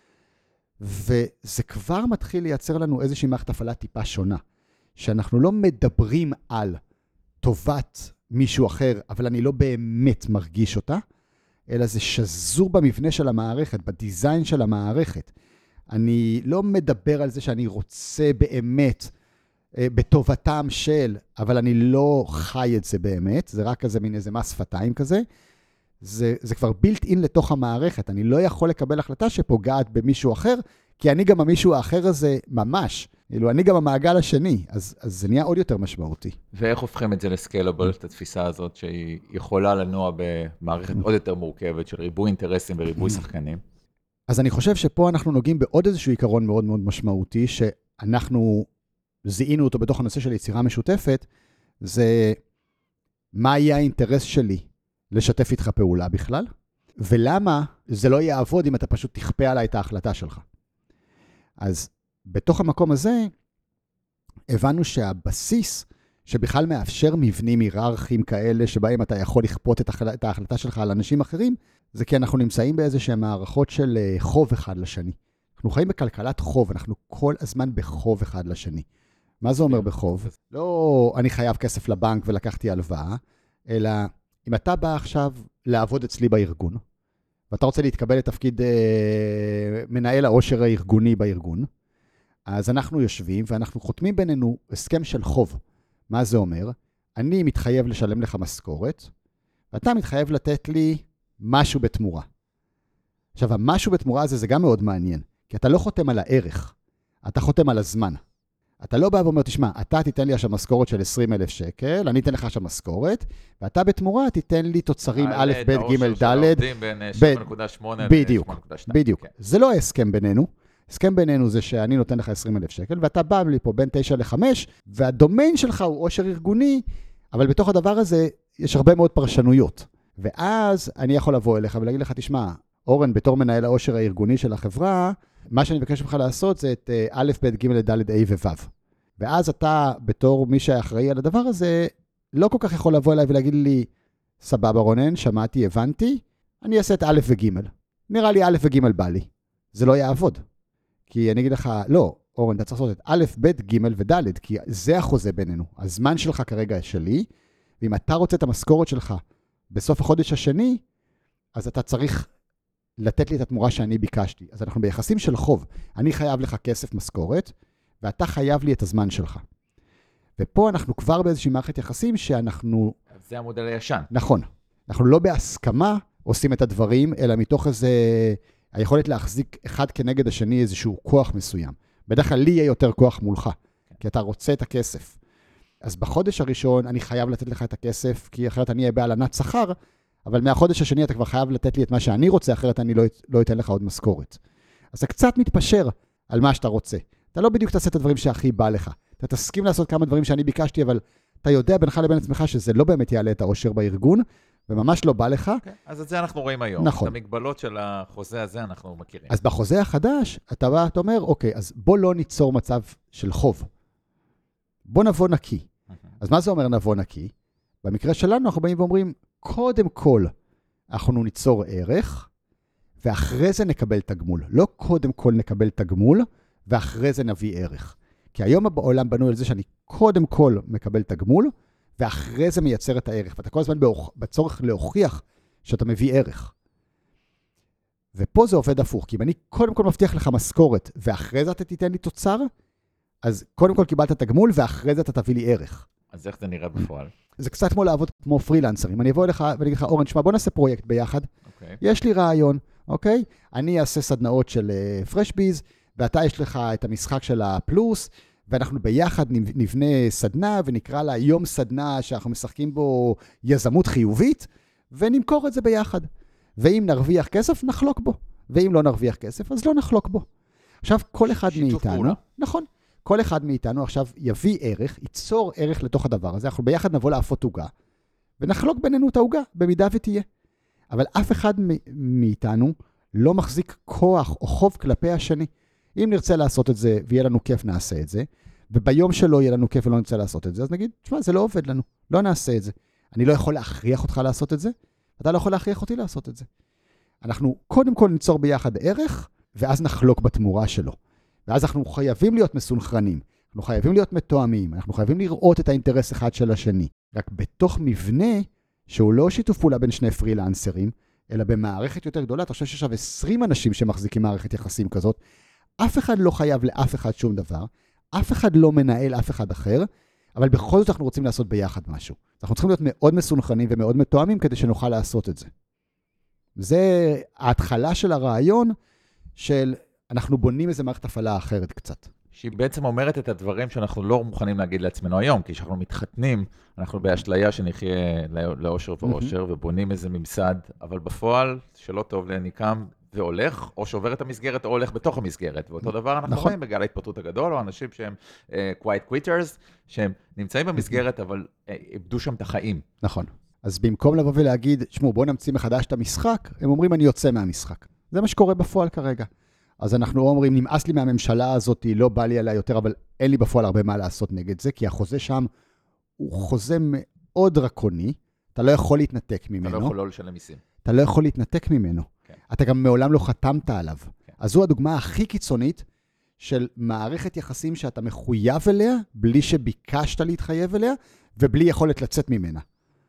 וזה כבר מתחיל לייצר לנו איזושהי מערכת הפעלה טיפה שונה, שאנחנו לא מדברים על טובת מישהו אחר, אבל אני לא באמת מרגיש אותה, אלא זה שזור במבנה של המערכת, בדיזיין של המערכת. אני לא מדבר על זה שאני רוצה באמת בטובתם של, אבל אני לא חי את זה באמת, זה רק כזה מין איזה מס שפתיים כזה, זה כבר built in לתוך המערכת, אני לא יכול לקבל החלטה שפוגעת במישהו אחר, כי אני גם המישהו האחר הזה ממש, אני גם המעגל השני, אז זה נהיה עוד יותר משמעותי. ואיך הופכים את זה לסקיילבל, את התפיסה הזאת שהיא יכולה לנוע במערכת עוד יותר מורכבת של ריבוי אינטרסים וריבוי שחקנים? אז אני חושב שפה אנחנו נוגעים בעוד איזשהו עיקרון מאוד מאוד משמעותי, שאנחנו זיהינו אותו בתוך הנושא של יצירה משותפת, זה מה יהיה האינטרס שלי לשתף איתך פעולה בכלל, ולמה זה לא יעבוד אם אתה פשוט תכפה עליי את ההחלטה שלך. אז בתוך המקום הזה, הבנו שהבסיס שבכלל מאפשר מבנים היררכיים כאלה, שבהם אתה יכול לכפות את ההחלטה שלך על אנשים אחרים, זה כי אנחנו נמצאים באיזשהם מערכות של חוב אחד לשני. אנחנו חיים בכלכלת חוב, אנחנו כל הזמן בחוב אחד לשני. מה זה אומר בחוב? לא אני חייב כסף לבנק ולקחתי הלוואה, אלא אם אתה בא עכשיו לעבוד אצלי בארגון, ואתה רוצה להתקבל לתפקיד מנהל העושר הארגוני בארגון, אז אנחנו יושבים ואנחנו חותמים בינינו הסכם של חוב. מה זה אומר? אני מתחייב לשלם לך משכורת, ואתה מתחייב לתת לי משהו בתמורה. עכשיו, המשהו בתמורה הזה זה גם מאוד מעניין, כי אתה לא חותם על הערך, אתה חותם על הזמן. אתה לא בא ואומר, תשמע, אתה תיתן לי עכשיו משכורת של 20,000 שקל, אני אתן לך עכשיו משכורת, ואתה בתמורה תיתן לי תוצרים א', ב', ג', ד', בדיוק, בדיוק. זה לא ההסכם בינינו. הסכם בינינו זה שאני נותן לך 20,000 שקל, ואתה בא לי פה בין 9 ל-5, והדומיין שלך הוא עושר ארגוני, אבל בתוך הדבר הזה יש הרבה מאוד פרשנויות. ואז אני יכול לבוא אליך ולהגיד לך, תשמע, אורן, בתור מנהל העושר הארגוני של החברה, מה שאני מבקש ממך לעשות זה את א', ב', ג', ד', ה' וו'. ואז אתה, בתור מי שאחראי על הדבר הזה, לא כל כך יכול לבוא אליי ולהגיד לי, סבבה רונן, שמעתי, הבנתי, אני אעשה את א' וג'. נראה לי א' וג' בא לי. זה לא יעבוד. כי אני אגיד לך, לא, אורן, אתה צריך לעשות את א', ב', ג' וד', כי זה החוזה בינינו. הזמן שלך כרגע שלי, ואם אתה רוצה את המשכורת שלך בסוף החודש השני, אז אתה צריך לתת לי את התמורה שאני ביקשתי. אז אנחנו ביחסים של חוב. אני חייב לך כסף משכורת, ואתה חייב לי את הזמן שלך. ופה אנחנו כבר באיזושהי מערכת יחסים שאנחנו... זה המודל הישן. נכון. אנחנו לא בהסכמה עושים את הדברים, אלא מתוך איזה... היכולת להחזיק אחד כנגד השני איזשהו כוח מסוים. בדרך כלל לי יהיה יותר כוח מולך, כי אתה רוצה את הכסף. אז בחודש הראשון אני חייב לתת לך את הכסף, כי אחרת אני אהיה בהלנת שכר, אבל מהחודש השני אתה כבר חייב לתת לי את מה שאני רוצה, אחרת אני לא אתן לך עוד משכורת. אז אתה קצת מתפשר על מה שאתה רוצה. אתה לא בדיוק תעשה את הדברים שהכי בא לך. אתה תסכים לעשות כמה דברים שאני ביקשתי, אבל אתה יודע בינך לבין עצמך שזה לא באמת יעלה את העושר בארגון, וממש לא בא לך. Okay. אז את זה אנחנו רואים היום. נכון. את המגבלות של החוזה הזה אנחנו מכירים. אז בחוזה החדש, אתה בא, אתה אומר, אוקיי, אז בוא לא ניצור מצב של חוב. בוא נבוא נקי. אז מה זה אומר נבוא נקי? במקרה שלנו אנחנו באים ואומרים, קודם כל, אנחנו ניצור ערך, ואחרי זה נקבל תגמול. לא קודם כל נקבל תגמול, ואחרי זה נביא ערך. כי היום בעולם בנוי על זה שאני קודם כל מקבל תגמול, ואחרי זה מייצר את הערך. ואתה כל הזמן בצורך להוכיח שאתה מביא ערך. ופה זה עובד הפוך, כי אם אני קודם כל מבטיח לך משכורת, ואחרי זה אתה תיתן לי תוצר, אז קודם כל קיבלת תגמול, ואחרי זה אתה תביא לי ערך. אז איך זה נראה בפועל? זה קצת כמו לעבוד כמו פרילנסרים. אני אבוא אליך ואני אגיד לך, אורן, שמע, בוא נעשה פרויקט ביחד. אוקיי. יש לי רעיון, אוקיי? אני אעשה סדנאות של פרשביז, ואתה יש לך את המשחק של הפלוס, ואנחנו ביחד נבנה סדנה, ונקרא לה יום סדנה שאנחנו משחקים בו יזמות חיובית, ונמכור את זה ביחד. ואם נרוויח כסף, נחלוק בו. ואם לא נרוויח כסף, אז לא נחלוק בו. עכשיו, כל אחד מאיתנו, נכון, כל אחד מאיתנו עכשיו יביא ערך, ייצור ערך לתוך הדבר הזה, אנחנו ביחד נבוא לאפות עוגה, ונחלוק בינינו את העוגה, במידה ותהיה. אבל אף אחד מאיתנו לא מחזיק כוח או חוב כלפי השני. אם נרצה לעשות את זה ויהיה לנו כיף, נעשה את זה, וביום שלא יהיה לנו כיף ולא נרצה לעשות את זה, אז נגיד, תשמע, זה לא עובד לנו, לא נעשה את זה. אני לא יכול להכריח אותך לעשות את זה, אתה לא יכול להכריח אותי לעשות את זה. אנחנו קודם כל ניצור ביחד ערך, ואז נחלוק בתמורה שלו. ואז אנחנו חייבים להיות מסונכרנים, אנחנו חייבים להיות מתואמים, אנחנו חייבים לראות את האינטרס אחד של השני. רק בתוך מבנה שהוא לא שיתוף פעולה בין שני פרילנסרים, אלא במערכת יותר גדולה, אתה חושב שיש 20 אנשים שמחזיקים מערכת יחסים כזאת, אף אחד לא חייב לאף אחד שום דבר, אף אחד לא מנהל אף אחד אחר, אבל בכל זאת אנחנו רוצים לעשות ביחד משהו. אנחנו צריכים להיות מאוד מסונכרנים ומאוד מתואמים כדי שנוכל לעשות את זה. זה ההתחלה של הרעיון של אנחנו בונים איזה מערכת הפעלה אחרת קצת. שהיא בעצם אומרת את הדברים שאנחנו לא מוכנים להגיד לעצמנו היום, כי כשאנחנו מתחתנים, אנחנו באשליה שנחיה לאושר ואושר, ובונים איזה ממסד, אבל בפועל, שלא טוב לי, אני קם והולך, או שובר את המסגרת, או הולך בתוך המסגרת. ואותו דבר אנחנו רואים בגל ההתפטרות הגדול, או אנשים שהם quiet quitters, שהם נמצאים במסגרת, אבל איבדו שם את החיים. נכון. אז במקום לבוא ולהגיד, שמעו, בואו נמציא מחדש את המשחק, הם אומרים, אני יוצא מהמשחק. זה מה שקורה בפועל כרגע. אז אנחנו אומרים, נמאס לי מהממשלה הזאת, לא בא לי עליה יותר, אבל אין לי בפועל הרבה מה לעשות נגד זה, כי החוזה שם הוא חוזה מאוד דרקוני, אתה לא יכול להתנתק ממנו. אתה לא יכול לא לשלם מיסים. אתה לא יכול להתנתק ממנו. כן. אתה גם מעולם לא חתמת עליו. כן. אז זו הדוגמה הכי קיצונית של מערכת יחסים שאתה מחויב אליה, בלי שביקשת להתחייב אליה, ובלי יכולת לצאת ממנה.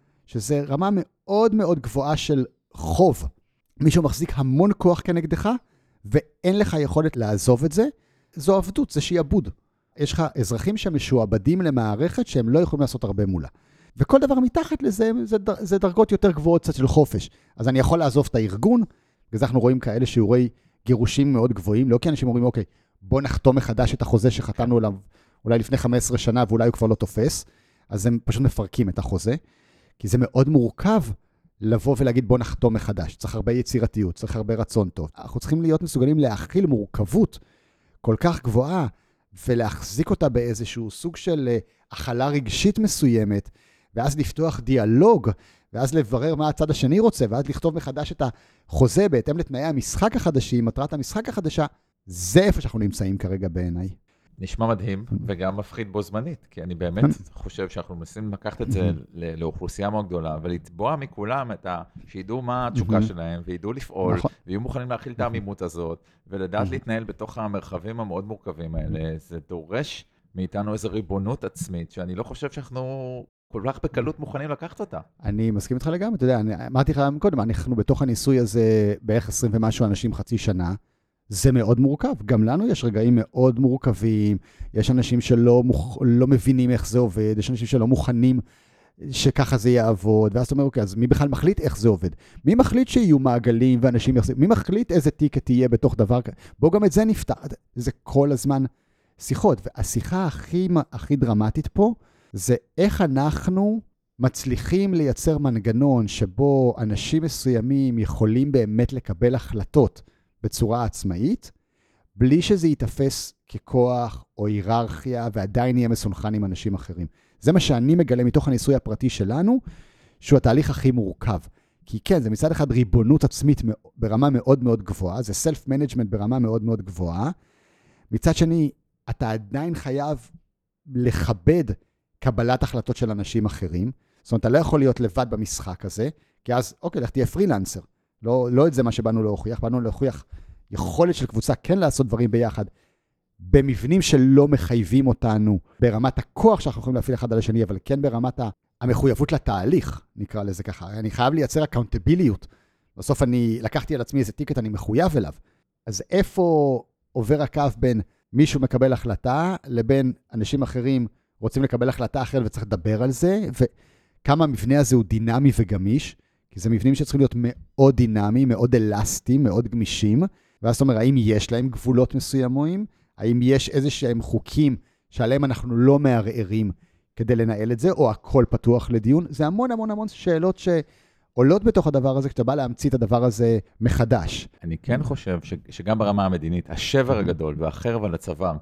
שזה רמה מאוד מאוד גבוהה של חוב. מישהו מחזיק המון כוח כנגדך, ואין לך יכולת לעזוב את זה, זו עבדות, זה שיעבוד. יש לך אזרחים שמשועבדים למערכת שהם לא יכולים לעשות הרבה מולה. וכל דבר מתחת לזה, זה דרגות יותר גבוהות קצת של חופש. אז אני יכול לעזוב את הארגון, וזה אנחנו רואים כאלה שיעורי גירושים מאוד גבוהים, לא כי אנשים אומרים, אוקיי, בוא נחתום מחדש את החוזה שחתמנו עליו אולי לפני 15 שנה, ואולי הוא כבר לא תופס, אז הם פשוט מפרקים את החוזה, כי זה מאוד מורכב לבוא ולהגיד בוא נחתום מחדש. צריך הרבה יצירתיות, צריך הרבה רצון טוב. אנחנו צריכים להיות מסוגלים להכיל מורכבות כל כך גבוהה, ולהחזיק אותה באיזשהו סוג של הכלה רגשית מסוימת, ואז לפתוח דיאלוג, ואז לברר מה הצד השני רוצה, ואז לכתוב מחדש את החוזה בהתאם לתנאי המשחק החדשים, מטרת המשחק החדשה. זה איפה שאנחנו נמצאים כרגע בעיניי. נשמע מדהים, וגם מפחיד בו זמנית, כי אני באמת חושב שאנחנו מנסים לקחת את זה לאוכלוסייה מאוד גדולה, ולתבוע מכולם שידעו מה התשוקה שלהם, וידעו לפעול, ויהיו מוכנים להכיל את העמימות הזאת, ולדעת להתנהל בתוך המרחבים המאוד מורכבים האלה. זה דורש מאיתנו איזו ריבונות עצמית, שאני לא חושב שאנחנו כל כך בקלות מוכנים לקחת אותה. אני מסכים איתך לגמרי, אתה יודע, אמרתי לך קודם, אנחנו בתוך הניסוי הזה בערך 20 ומשהו אנשים חצי שנה, זה מאוד מורכב. גם לנו יש רגעים מאוד מורכבים, יש אנשים שלא לא מבינים איך זה עובד, יש אנשים שלא מוכנים שככה זה יעבוד, ואז אתה אומר, אוקיי, אז מי בכלל מחליט איך זה עובד? מי מחליט שיהיו מעגלים ואנשים מי מחליט איזה טיקט תהיה בתוך דבר כזה? בוא גם את זה נפתח. זה כל הזמן שיחות, והשיחה הכי דרמטית פה, זה איך אנחנו מצליחים לייצר מנגנון שבו אנשים מסוימים יכולים באמת לקבל החלטות בצורה עצמאית, בלי שזה ייתפס ככוח או היררכיה, ועדיין יהיה מסונכן עם אנשים אחרים. זה מה שאני מגלה מתוך הניסוי הפרטי שלנו, שהוא התהליך הכי מורכב. כי כן, זה מצד אחד ריבונות עצמית ברמה מאוד מאוד גבוהה, זה self-management ברמה מאוד מאוד גבוהה. מצד שני, אתה עדיין חייב לכבד קבלת החלטות של אנשים אחרים. זאת אומרת, אתה לא יכול להיות לבד במשחק הזה, כי אז, אוקיי, לך תהיה פרילנסר. לא את זה מה שבאנו להוכיח, באנו להוכיח יכולת של קבוצה כן לעשות דברים ביחד, במבנים שלא מחייבים אותנו, ברמת הכוח שאנחנו יכולים להפעיל אחד על השני, אבל כן ברמת המחויבות לתהליך, נקרא לזה ככה. אני חייב לייצר אקאונטביליות. בסוף אני לקחתי על עצמי איזה טיקט, אני מחויב אליו. אז איפה עובר הקו בין מישהו מקבל החלטה, לבין אנשים אחרים רוצים לקבל החלטה אחרת וצריך לדבר על זה, וכמה המבנה הזה הוא דינמי וגמיש, כי זה מבנים שצריכים להיות מאוד דינמיים, מאוד אלסטיים, מאוד גמישים, ואז זאת אומרת, האם יש להם גבולות מסוימים, האם יש איזה שהם חוקים שעליהם אנחנו לא מערערים כדי לנהל את זה, או הכל פתוח לדיון? זה המון המון המון שאלות שעולות בתוך הדבר הזה, כשאתה בא להמציא את הדבר הזה מחדש. אני כן חושב שגם ברמה המדינית, השבר הגדול והחרב על הצוואר,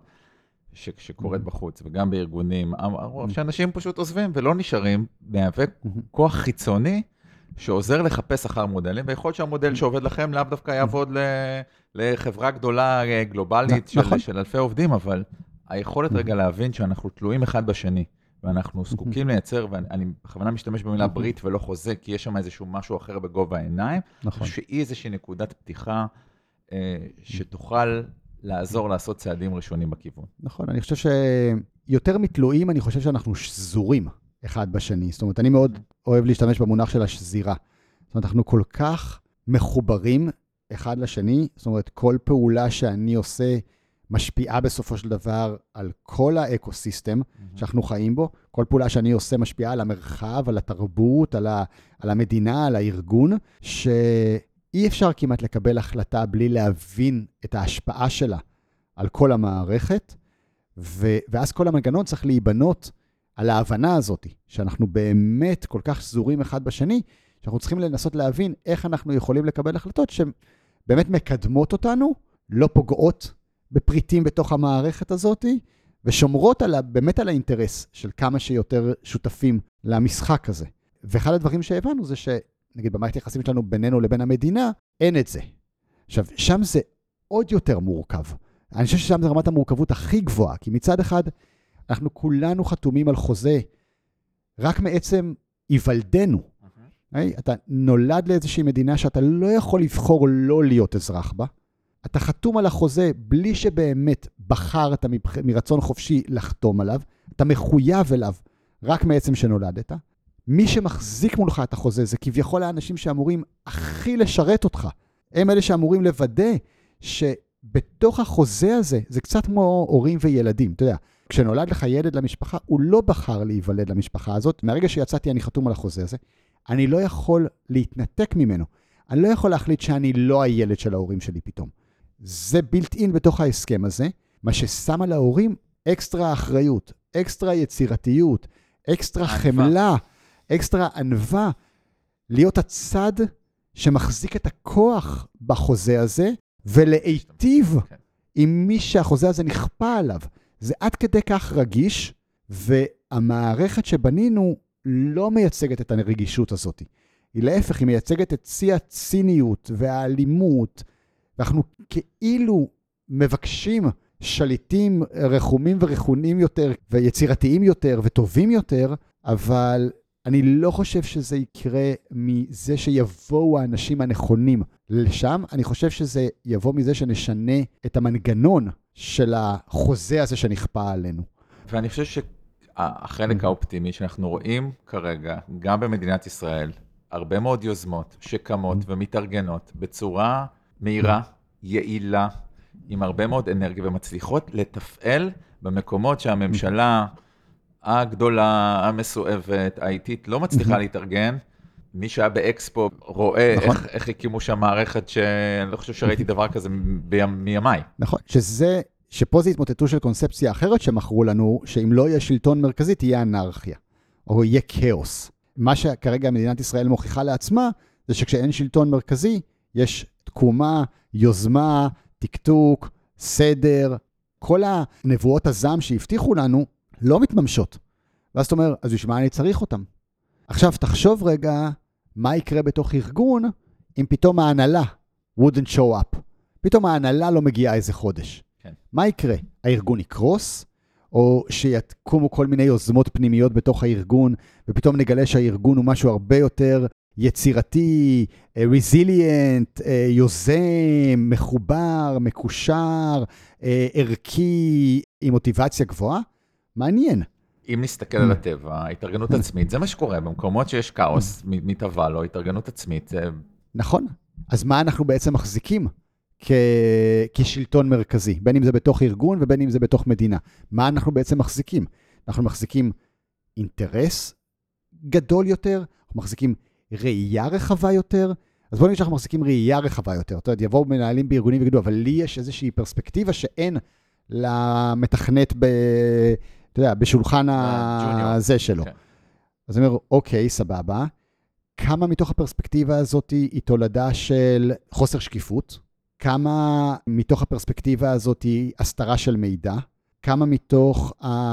שקורית בחוץ, וגם בארגונים, שאנשים פשוט עוזבים ולא נשארים, מהווה כוח חיצוני, שעוזר לחפש אחר מודלים, ויכול להיות שהמודל שעובד לכם לאו דווקא יעבוד לחברה גדולה גלובלית של אלפי עובדים, אבל היכולת רגע להבין שאנחנו תלויים אחד בשני, ואנחנו זקוקים לייצר, ואני בכוונה משתמש במילה ברית ולא חוזה, כי יש שם איזשהו משהו אחר בגובה העיניים, שהיא איזושהי נקודת פתיחה שתוכל לעזור לעשות צעדים ראשונים בכיוון. נכון, אני חושב שיותר מתלויים, אני חושב שאנחנו שזורים אחד בשני. זאת אומרת, אני מאוד אוהב להשתמש במונח של השזירה. זאת אומרת, אנחנו כל כך מחוברים אחד לשני, זאת אומרת, כל פעולה שאני עושה משפיעה בסופו של דבר על כל האקוסיסטם שאנחנו חיים בו. כל פעולה שאני עושה משפיעה על המרחב, על התרבות, על המדינה, על הארגון, שאי אפשר כמעט לקבל החלטה בלי להבין את ההשפעה שלה על כל המערכת, ואז כל המנגנון צריך להיבנות על ההבנה הזאת, שאנחנו באמת כל כך שזורים אחד בשני, שאנחנו צריכים לנסות להבין איך אנחנו יכולים לקבל החלטות שבאמת מקדמות אותנו, לא פוגעות בפריטים בתוך המערכת הזאת, ושומרות באמת על האינטרס של כמה שיותר שותפים למשחק הזה. ואחד הדברים שהבנו זה שנגיד במערכת היחסים שלנו בינינו לבין המדינה, אין את זה. עכשיו, שם זה עוד יותר מורכב. אני חושב ששם זה רמת המורכבות הכי גבוהה, כי מצד אחד, אנחנו כולנו חתומים על חוזה, רק מעצם היוולדנו. אתה נולד לאיזושהי מדינה שאתה לא יכול לבחור לא להיות אזרח בה, אתה חתום על החוזה בלי שבאמת בחרת מרצון חופשי לחתום עליו, אתה מחויב אליו רק מעצם שנולדת. מי שמחזיק מולך את החוזה זה כביכול האנשים שאמורים הכי לשרת אותך. הם אלה שאמורים לוודא שבתוך החוזה הזה, זה קצת כמו הורים וילדים, אתה יודע, כשנולד לך ילד למשפחה, הוא לא בחר להיוולד למשפחה הזאת. מהרגע שיצאתי אני חתום על החוזה הזה, אני לא יכול להתנתק ממנו. אני לא יכול להחליט שאני לא הילד של ההורים שלי פתאום. זה בילט אין בתוך ההסכם הזה, מה ששם על ההורים אקסטרה אחריות, אקסטרה יצירתיות, אקסטרה חמלה, אקסטרה ענווה, להיות הצד שמחזיק את הכוח בחוזה הזה, ולהיטיב עם מי שהחוזה הזה נכפה עליו. זה עד כדי כך רגיש, והמערכת שבנינו לא מייצגת את הרגישות הזאת. היא להפך, היא מייצגת את שיא הציניות והאלימות, ואנחנו כאילו מבקשים שליטים רחומים ורחונים יותר, ויצירתיים יותר וטובים יותר, אבל אני לא חושב שזה יקרה מזה שיבואו האנשים הנכונים לשם. אני חושב שזה יבוא מזה שנשנה את המנגנון של החוזה הזה שנכפה עלינו. ואני חושב החלק האופטימי שאנחנו רואים כרגע, גם במדינת ישראל, הרבה מאוד יוזמות שקמות ומתארגנות בצורה מהירה, יעילה, עם הרבה מאוד אנרגיה, ומצליחות לתפעל במקומות שהממשלה הגדולה, המסואבת, האיטית, לא מצליחה להתארגן. מי שהיה באקספו רואה איך הקימו שם מערכת שאני לא חושב שראיתי דבר כזה מימיי. נכון, שפה זה התמוטטו של קונספציה אחרת שמכרו לנו, שאם לא יהיה שלטון מרכזי, תהיה אנרכיה, או יהיה כאוס. מה שכרגע מדינת ישראל מוכיחה לעצמה, זה שכשאין שלטון מרכזי, יש תקומה, יוזמה, תקתוק, סדר, כל הנבואות הזעם שהבטיחו לנו, לא מתממשות. ואז אתה אומר, אז בשביל מה אני צריך אותם? עכשיו תחשוב רגע, מה יקרה בתוך ארגון, אם פתאום ההנהלה wouldn't show up. פתאום ההנהלה לא מגיעה איזה חודש. כן. מה יקרה? הארגון יקרוס? או שיקומו כל מיני יוזמות פנימיות בתוך הארגון, ופתאום נגלה שהארגון הוא משהו הרבה יותר יצירתי, resilient, יוזם, מחובר, מקושר, ערכי, עם מוטיבציה גבוהה? מעניין. אם נסתכל על הטבע, התארגנות עצמית, זה מה שקורה, במקומות שיש כאוס, מתהווה לו, התארגנות עצמית. נכון. אז מה אנחנו בעצם מחזיקים כשלטון מרכזי? בין אם זה בתוך ארגון ובין אם זה בתוך מדינה. מה אנחנו בעצם מחזיקים? אנחנו מחזיקים אינטרס גדול יותר, אנחנו מחזיקים ראייה רחבה יותר, אז בואו נגיד שאנחנו מחזיקים ראייה רחבה יותר. אתה יודע, יבואו מנהלים בארגונים ויגידו, אבל לי יש איזושהי פרספקטיבה שאין למתכנת אתה יודע, בשולחן הזה שלו. Okay. אז אני אומר, אוקיי, סבבה. כמה מתוך הפרספקטיבה הזאת היא תולדה של חוסר שקיפות? כמה מתוך הפרספקטיבה הזאת היא הסתרה של מידע? כמה מתוך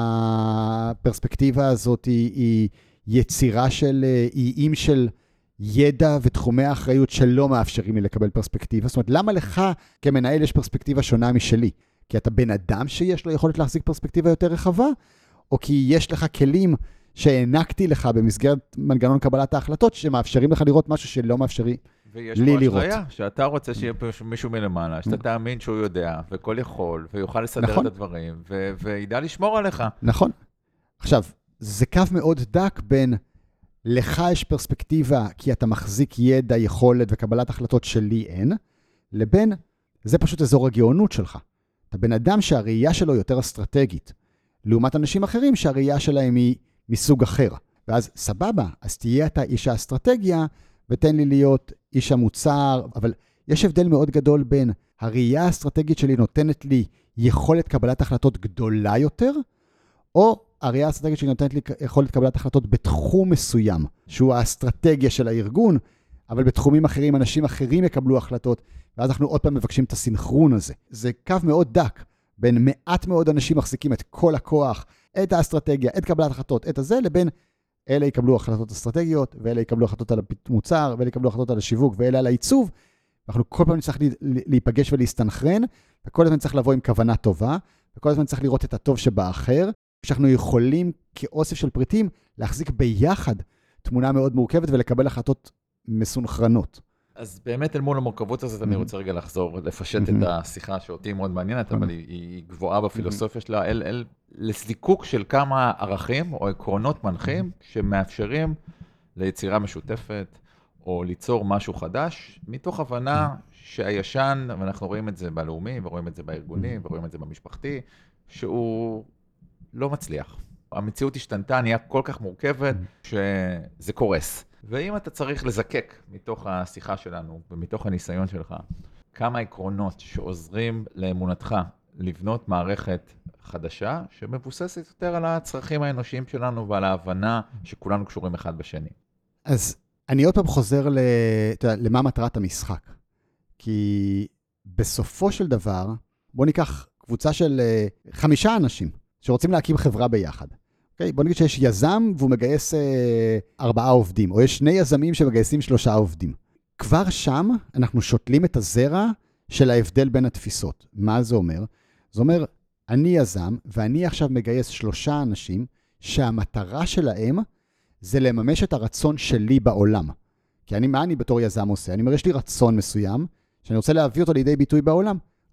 הפרספקטיבה הזאת היא יצירה של איים של ידע ותחומי האחריות שלא מאפשרים לי לקבל פרספקטיבה? זאת אומרת, למה לך כמנהל יש פרספקטיבה שונה משלי? כי אתה בן אדם שיש לו יכולת להחזיק פרספקטיבה יותר רחבה, או כי יש לך כלים שהענקתי לך במסגרת מנגנון קבלת ההחלטות, שמאפשרים לך לראות משהו שלא מאפשרי לי לראות. ויש פה אשליה, שאתה רוצה שיהיה מישהו מלמעלה, שאתה תאמין שהוא יודע, וכל יכול, ויוכל לסדר נכון. את הדברים, וידע לשמור עליך. נכון. עכשיו, זה קו מאוד דק בין לך יש פרספקטיבה, כי אתה מחזיק ידע, יכולת וקבלת החלטות שלי אין, לבין זה פשוט אזור הגאונות שלך. אתה בן אדם שהראייה שלו יותר אסטרטגית, לעומת אנשים אחרים שהראייה שלהם היא מסוג אחר. ואז סבבה, אז תהיה אתה איש האסטרטגיה, ותן לי להיות איש המוצר, אבל יש הבדל מאוד גדול בין הראייה האסטרטגית שלי נותנת לי יכולת קבלת החלטות גדולה יותר, או הראייה האסטרטגית שלי נותנת לי יכולת קבלת החלטות בתחום מסוים, שהוא האסטרטגיה של הארגון, אבל בתחומים אחרים, אנשים אחרים יקבלו החלטות, ואז אנחנו עוד פעם מבקשים את הסינכרון הזה. זה קו מאוד דק, בין מעט מאוד אנשים מחזיקים את כל הכוח, את האסטרטגיה, את קבלת החלטות, את הזה, לבין אלה יקבלו החלטות אסטרטגיות, ואלה יקבלו החלטות על המוצר, ואלה יקבלו החלטות על השיווק, ואלה על העיצוב. אנחנו כל פעם צריך להיפגש ולהסתנכרן, וכל הזמן צריך לבוא עם כוונה טובה, וכל הזמן צריך לראות את הטוב שבאחר, שאנחנו יכולים כאוסף של פריטים להחזיק ביחד תמונה מאוד מורכבת ולקבל החלטות מסונכרנות. אז באמת אל מול המורכבות הזאת אני רוצה רגע לחזור, לפשט את השיחה שאותי מאוד מעניינת, אבל היא גבוהה בפילוסופיה שלה, לזיקוק של כמה ערכים או עקרונות מנחים שמאפשרים ליצירה משותפת או ליצור משהו חדש, מתוך הבנה שהישן, ואנחנו רואים את זה בלאומי, ורואים את זה בארגונים, ורואים את זה במשפחתי, שהוא לא מצליח. המציאות השתנתה, נהיה כל כך מורכבת שזה קורס. ואם אתה צריך לזקק מתוך השיחה שלנו ומתוך הניסיון שלך, כמה עקרונות שעוזרים לאמונתך לבנות מערכת חדשה, שמבוססת יותר על הצרכים האנושיים שלנו ועל ההבנה שכולנו קשורים אחד בשני. אז אני עוד פעם חוזר למה מטרת המשחק. כי בסופו של דבר, בוא ניקח קבוצה של 5 אנשים שרוצים להקים חברה ביחד. Okay, בוא נגיד שיש יזם והוא מגייס 4 עובדים, או יש 2 יזמים שמגייסים 3 עובדים. כבר שם אנחנו שותלים את הזרע של ההבדל בין התפיסות. מה זה אומר? זה אומר, אני יזם, ואני עכשיו מגייס 3 אנשים, שהמטרה שלהם זה לממש את הרצון שלי בעולם. כי מה אני בתור יזם עושה? אני אומר, יש לי רצון מסוים, שאני רוצה להביא אותו לידי ביטוי בעולם.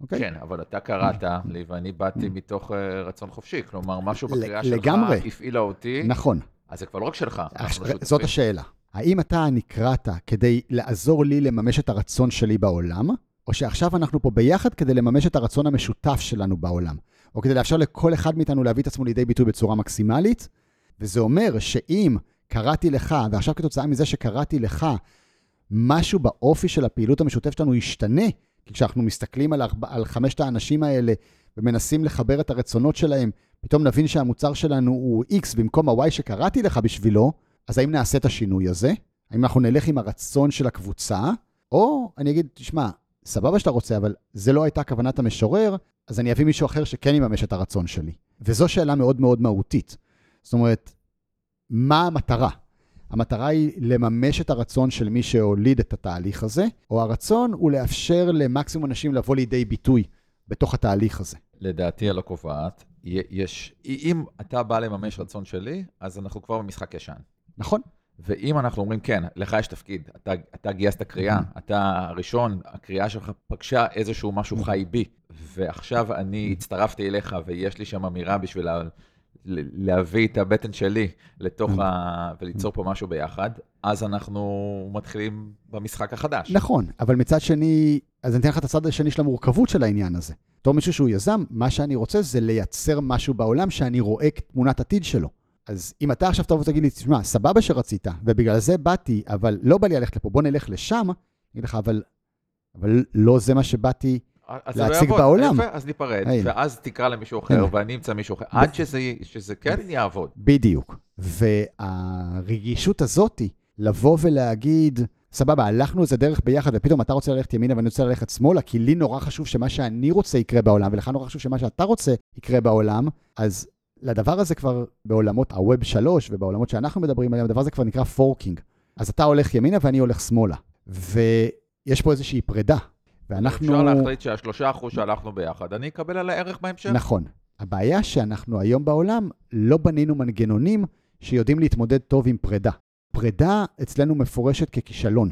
אוקיי? כן, אבל אתה קראת לי, ואני באתי מתוך רצון חופשי, כלומר, משהו בקריאה שלך לגמרי. הפעילה אותי, נכון. אז זה כבר לא רק שלך, אנחנו שותפים. זאת השאלה. האם אתה נקראת כדי לעזור לי לממש את הרצון שלי בעולם, או שעכשיו אנחנו פה ביחד כדי לממש את הרצון המשותף שלנו בעולם, או כדי לאפשר לכל אחד מאיתנו להביא את עצמו לידי ביטוי בצורה מקסימלית, וזה אומר שאם קראתי לך, ועכשיו כתוצאה מזה שקראתי לך, משהו באופי של הפעילות המשותפת שלנו ישתנה, כי כשאנחנו מסתכלים על 5 האנשים האלה, ומנסים לחבר את הרצונות שלהם, פתאום נבין שהמוצר שלנו הוא X במקום ה-Y שקראתי לך בשבילו, אז האם נעשה את השינוי הזה? האם אנחנו נלך עם הרצון של הקבוצה? או אני אגיד, תשמע, סבבה שאתה רוצה, אבל זה לא הייתה כוונת המשורר, אז אני אביא מישהו אחר שכן יממש את הרצון שלי. וזו שאלה מאוד מאוד מהותית. זאת אומרת, מה המטרה? המטרה היא לממש את הרצון של מי שהוליד את התהליך הזה, או הרצון הוא לאפשר למקסימום אנשים לבוא לידי ביטוי בתוך התהליך הזה. לדעתי הלא קובעת, אם אתה בא לממש רצון שלי, אז אנחנו כבר במשחק ישן. נכון. ואם אנחנו אומרים, כן, לך יש תפקיד, אתה גייסת קריאה, אתה הראשון, הקריאה שלך פגשה איזשהו משהו חי בי, ועכשיו אני הצטרפתי אליך, ויש לי שם אמירה בשביל להביא את הבטן שלי לתוך וליצור פה משהו ביחד, אז אנחנו מתחילים במשחק החדש. נכון, אבל מצד שני, אז אני אתן לך את הצד השני של המורכבות של העניין הזה. אותו מישהו שהוא יזם, מה שאני רוצה זה לייצר משהו בעולם שאני רואה תמונת עתיד שלו. אז אם אתה עכשיו טוב ותגיד לי, תשמע, סבבה שרצית, ובגלל זה באתי, אבל לא בא לי ללכת לפה, בוא נלך לשם, אני אגיד לך, אבל לא זה מה שבאתי להציג בעולם. יפה, אז ניפרד, ואז תקרא למישהו אחר, ואני אמצא מישהו אחר, עד שזה כן יעבוד. בדיוק. והרגישות הזאת, לבוא ולהגיד, סבבה, הלכנו איזה דרך ביחד, ופתאום אתה רוצה ללכת ימינה ואני רוצה ללכת שמאלה, כי לי נורא חשוב שמה שאני רוצה יקרה בעולם, ולך נורא חשוב שמה שאתה רוצה יקרה בעולם, אז לדבר הזה כבר בעולמות הווב 3 ובעולמות שאנחנו מדברים עליהם, הדבר הזה כבר נקרא פורקינג. אז אתה הולך ימינה ואני הולך שמאלה. ויש פה איזושהי פרידה. ואנחנו... אפשר להחליט שה3% שהלכנו ביחד, אני אקבל על הערך בהמשך. נכון. הבעיה שאנחנו היום בעולם לא בנינו מנגנונים שיודעים להתמודד טוב עם פרידה. פרידה אצלנו מפורשת ככישלון.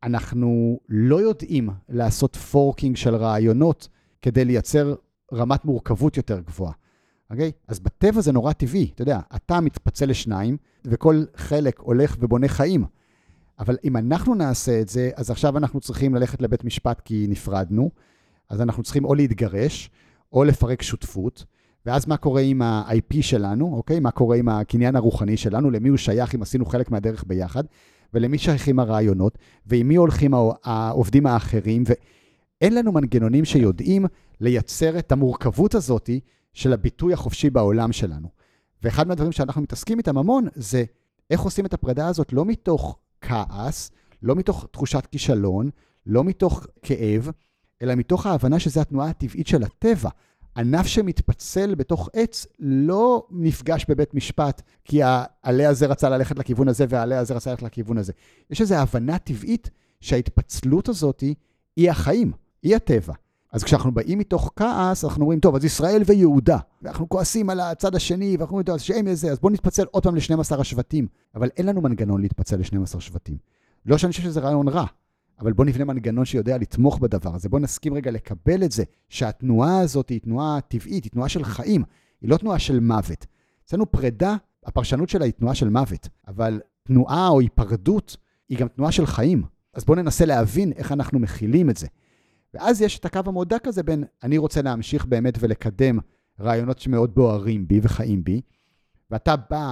אנחנו לא יודעים לעשות פורקינג של רעיונות כדי לייצר רמת מורכבות יותר גבוהה. אוקיי? אז בטבע זה נורא טבעי, אתה יודע, אתה מתפצל לשניים, וכל חלק הולך ובונה חיים. אבל אם אנחנו נעשה את זה, אז עכשיו אנחנו צריכים ללכת לבית משפט כי נפרדנו, אז אנחנו צריכים או להתגרש, או לפרק שותפות, ואז מה קורה עם ה-IP שלנו, אוקיי? מה קורה עם הקניין הרוחני שלנו, למי הוא שייך אם עשינו חלק מהדרך ביחד, ולמי שייכים הרעיונות, ועם מי הולכים העובדים האחרים, ואין לנו מנגנונים שיודעים לייצר את המורכבות הזאת, של הביטוי החופשי בעולם שלנו. ואחד מהדברים שאנחנו מתעסקים איתם המון, זה איך עושים את הפרידה הזאת לא מתוך כעס, לא מתוך תחושת כישלון, לא מתוך כאב, אלא מתוך ההבנה שזו התנועה הטבעית של הטבע. ענף שמתפצל בתוך עץ לא נפגש בבית משפט, כי העלה הזה רצה ללכת לכיוון הזה, והעלה הזה רצה ללכת לכיוון הזה. יש איזו הבנה טבעית שההתפצלות הזאת היא החיים, היא הטבע. אז כשאנחנו באים מתוך כעס, אנחנו אומרים, טוב, אז ישראל ויהודה, ואנחנו כועסים על הצד השני, ואנחנו אומרים, טוב, אז שהם איזה, אז בואו נתפצל עוד פעם ל-12 השבטים. אבל אין לנו מנגנון להתפצל ל-12 שבטים. לא שאני חושב שזה רעיון רע, אבל בואו נבנה מנגנון שיודע לתמוך בדבר הזה. בואו נסכים רגע לקבל את זה, שהתנועה הזאת היא תנועה טבעית, היא תנועה של חיים, היא לא תנועה של מוות. אצלנו פרידה, הפרשנות שלה היא תנועה של מוות, אבל תנועה או היפרדות היא גם תנועה של חיים. אז בואו ננסה להבין איך אנחנו מכילים את זה. ואז יש את הקו המודק הזה בין, אני רוצה להמשיך באמת ולקדם רעיונות שמאוד בוערים בי וחיים בי, ואתה בא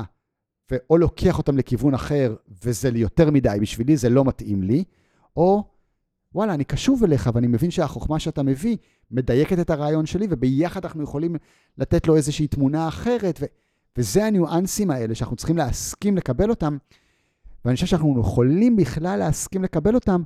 או לוקח אותם לכיוון אחר, וזה יותר מדי בשבילי, זה לא מתאים לי, או, וואלה, אני קשוב אליך, ואני מבין שהחוכמה שאתה מביא, מדייקת את הרעיון שלי, וביחד אנחנו יכולים לתת לו איזושהי תמונה אחרת, וזה הניואנסים האלה, שאנחנו צריכים להסכים לקבל אותם, ואני חושב שאנחנו יכולים בכלל להסכים לקבל אותם,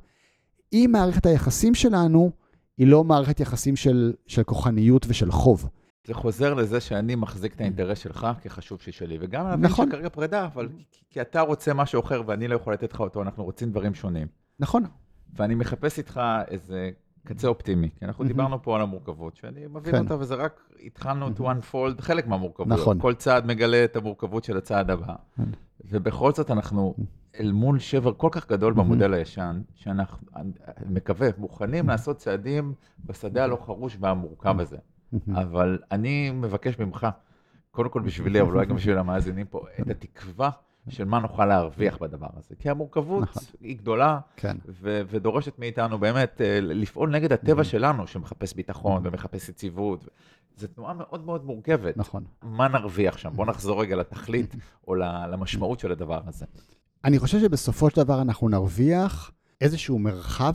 אם מערכת היחסים שלנו, היא לא מערכת יחסים של כוחניות ושל חוב. זה חוזר לזה שאני מחזיק את האינטרס שלך כחשוב שלי, וגם להבין שכרגע פרידה, אבל כי אתה רוצה משהו אחר ואני לא יכול לתת לך אותו, אנחנו רוצים דברים שונים. נכון. ואני מחפש איתך איזה קצה אופטימי, כי אנחנו דיברנו פה על המורכבות, שאני מבין אותה, וזה רק התחלנו to unfold חלק מהמורכבות. נכון. כל צעד מגלה את המורכבות של הצעד הבא. ובכל זאת אנחנו אל מול שבר כל כך גדול במודל הישן, שאנחנו מקווה, מוכנים לעשות צעדים בשדה הלא חרוש והמורכב הזה. אבל אני מבקש ממך, קודם כל בשבילי, אבל אולי גם בשביל המאזינים פה, את התקווה של מה נוכל להרוויח בדבר הזה. כי המורכבות היא גדולה, ודורשת מאיתנו באמת לפעול נגד הטבע שלנו, שמחפש ביטחון ומחפש יציבות. זו תנועה מאוד מאוד מורכבת. נכון. מה נרוויח שם? בוא נחזור רגע לתכלית או למשמעות של הדבר הזה. אני חושב שבסופו של דבר אנחנו נרוויח איזשהו מרחב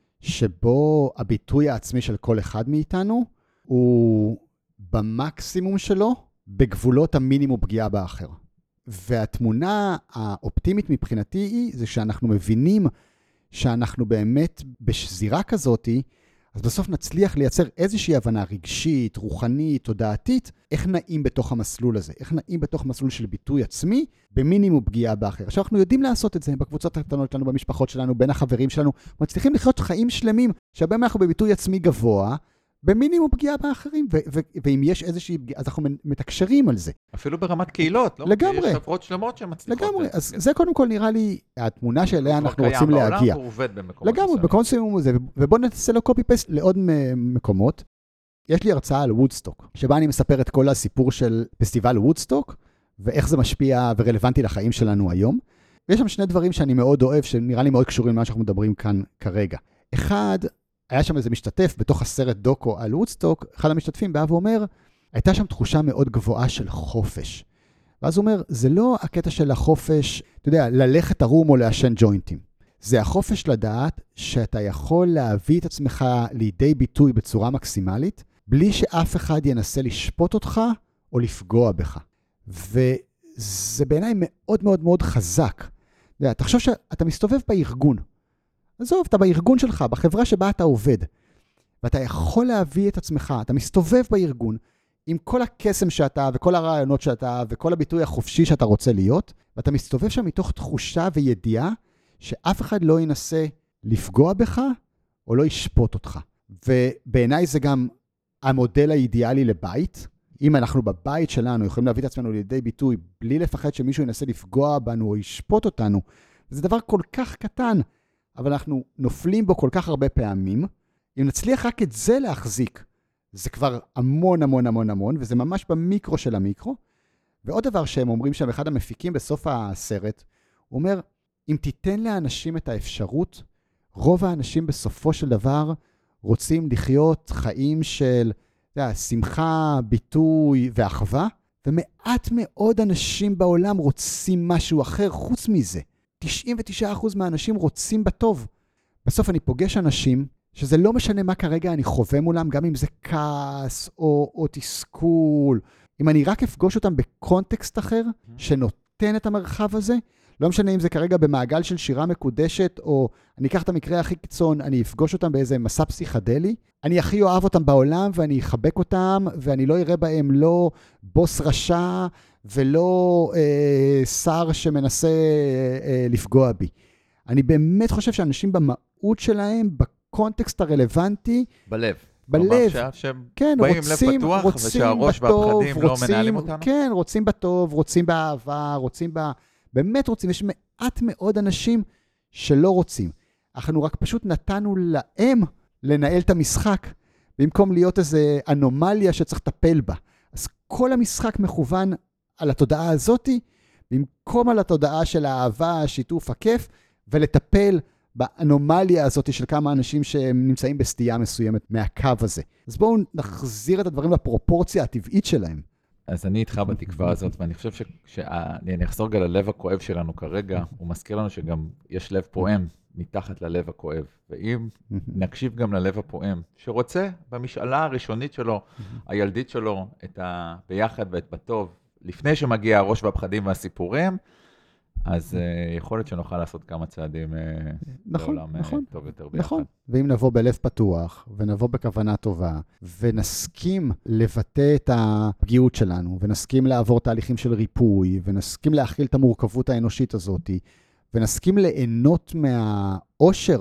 שבו הביטוי העצמי של כל אחד מאיתנו הוא במקסימום שלו, בגבולות המינימום פגיעה באחר. והתמונה האופטימית מבחינתי היא, זה שאנחנו מבינים שאנחנו באמת בשזירה כזאת, אז בסוף נצליח לייצר איזושהי הבנה רגשית, רוחנית, תודעתית, איך נעים בתוך המסלול הזה, איך נעים בתוך מסלול של ביטוי עצמי, במינימום פגיעה באחר. עכשיו אנחנו יודעים לעשות את זה בקבוצות הקטנות שלנו, במשפחות שלנו, בין החברים שלנו, מצליחים לחיות חיים שלמים, שבהם אנחנו בביטוי עצמי גבוה, במינימום פגיעה באחרים, ואם יש איזושהי פגיעה, אז אנחנו מתקשרים על זה. אפילו ברמת קהילות, לא? לגמרי. יש חברות שלמות שמצליחות. לגמרי, אז זה קודם כל נראה לי התמונה שאליה אנחנו רוצים להגיע. בעולם הוא עובד במקומות. לגמרי, בקונספט הזה, ובואו נעשה לו קופי פייסט לעוד מקומות. יש לי הרצאה על וודסטוק, שבה אני מספר את כל הסיפור של פסטיבל וודסטוק, ואיך זה משפיע ורלוונטי לחיים שלנו היום. ויש שם שני דברים שאני מאוד אוהב, שנראה לי מאוד קשורים למה שאנחנו מדברים כאן כרגע. אחד, היה שם איזה משתתף בתוך הסרט דוקו על וודסטוק, אחד המשתתפים בא ואומר, הייתה שם תחושה מאוד גבוהה של חופש. ואז הוא אומר, זה לא הקטע של החופש, אתה יודע, ללכת ערום או לעשן ג'וינטים. זה החופש לדעת שאתה יכול להביא את עצמך לידי ביטוי בצורה מקסימלית, בלי שאף אחד ינסה לשפוט אותך או לפגוע בך. וזה בעיניי מאוד מאוד מאוד חזק. אתה יודע, תחשוב שאתה מסתובב בארגון, עזוב, אתה בארגון שלך, בחברה שבה אתה עובד, ואתה יכול להביא את עצמך, אתה מסתובב בארגון, עם כל הקסם שאתה, וכל הרעיונות שאתה, וכל הביטוי החופשי שאתה רוצה להיות, ואתה מסתובב שם מתוך תחושה וידיעה, שאף אחד לא ינסה לפגוע בך, או לא ישפוט אותך. ובעיניי זה גם המודל האידיאלי לבית. אם אנחנו בבית שלנו, יכולים להביא את עצמנו לידי ביטוי, בלי לפחד שמישהו ינסה לפגוע בנו, או ישפוט אותנו, זה דבר כל כך קטן, אבל אנחנו נופלים בו כל כך הרבה פעמים. אם נצליח רק את זה להחזיק, זה כבר המון המון המון המון, וזה ממש במיקרו של המיקרו. ועוד דבר שהם אומרים שם, אחד המפיקים בסוף הסרט, הוא אומר, אם תיתן לאנשים את האפשרות, רוב האנשים בסופו של דבר רוצים לחיות חיים של שמחה, ביטוי ואחווה, ומעט מאוד אנשים בעולם רוצים משהו אחר חוץ מזה. 99% מהאנשים רוצים בטוב. בסוף אני פוגש אנשים שזה לא משנה מה כרגע אני חווה מולם, גם אם זה כעס או תסכול. אם אני רק אפגוש אותם בקונטקסט אחר, שנותן את המרחב הזה, לא משנה אם זה כרגע במעגל של שירה מקודשת, או אני אקח את המקרה הכי קיצון, אני אפגוש אותם באיזה מסע פסיכדלי, אני הכי אוהב אותם בעולם, ואני אחבק אותם, ואני לא אראה בהם לא בוס רשע, ולא שר שמנסה לפגוע בי. אני באמת חושב שאנשים במהות שלהם, בקונטקסט הרלוונטי, בלב. בלב. כן, באים לב פתוח, ושהראש והפחדים לא מנהלים אותנו. כן, רוצים בטוב, רוצים באהבה, רוצים באמת רוצים. יש מעט מאוד אנשים שלא רוצים. אנחנו רק פשוט נתנו להם לנהל את המשחק, במקום להיות איזו אנומליה שצריך לטפל בה. אז כל המשחק מכוון על התודעה הזאת, במקום על התודעה של האהבה, השיתוף, הכיף, ולטפל באנומליה הזאת של כמה אנשים שנמצאים בסטייה מסוימת מהקו הזה. אז בואו נחזיר את הדברים לפרופורציה הטבעית שלהם. אז אני איתך בתקווה הזאת, ואני חושב שאני אחזור גם ללב הכואב שלנו כרגע, הוא מזכיר לנו שגם יש לב פועם מתחת ללב הכואב, ואם נקשיב גם ללב הפועם, שרוצה במשאלה הראשונית שלו, הילדית שלו, את הביחד ואת בטוב, לפני שמגיע הראש והפחדים והסיפורים, אז יכול להיות שנוכל לעשות כמה צעדים לעולם טוב יותר ביחד. נכון, ואם נבוא בלב פתוח, ונבוא בכוונה טובה, ונסכים לבטא את הפגיעות שלנו, ונסכים לעבור תהליכים של ריפוי, ונסכים להכיל את המורכבות האנושית הזאת, ונסכים ליהנות מהאושר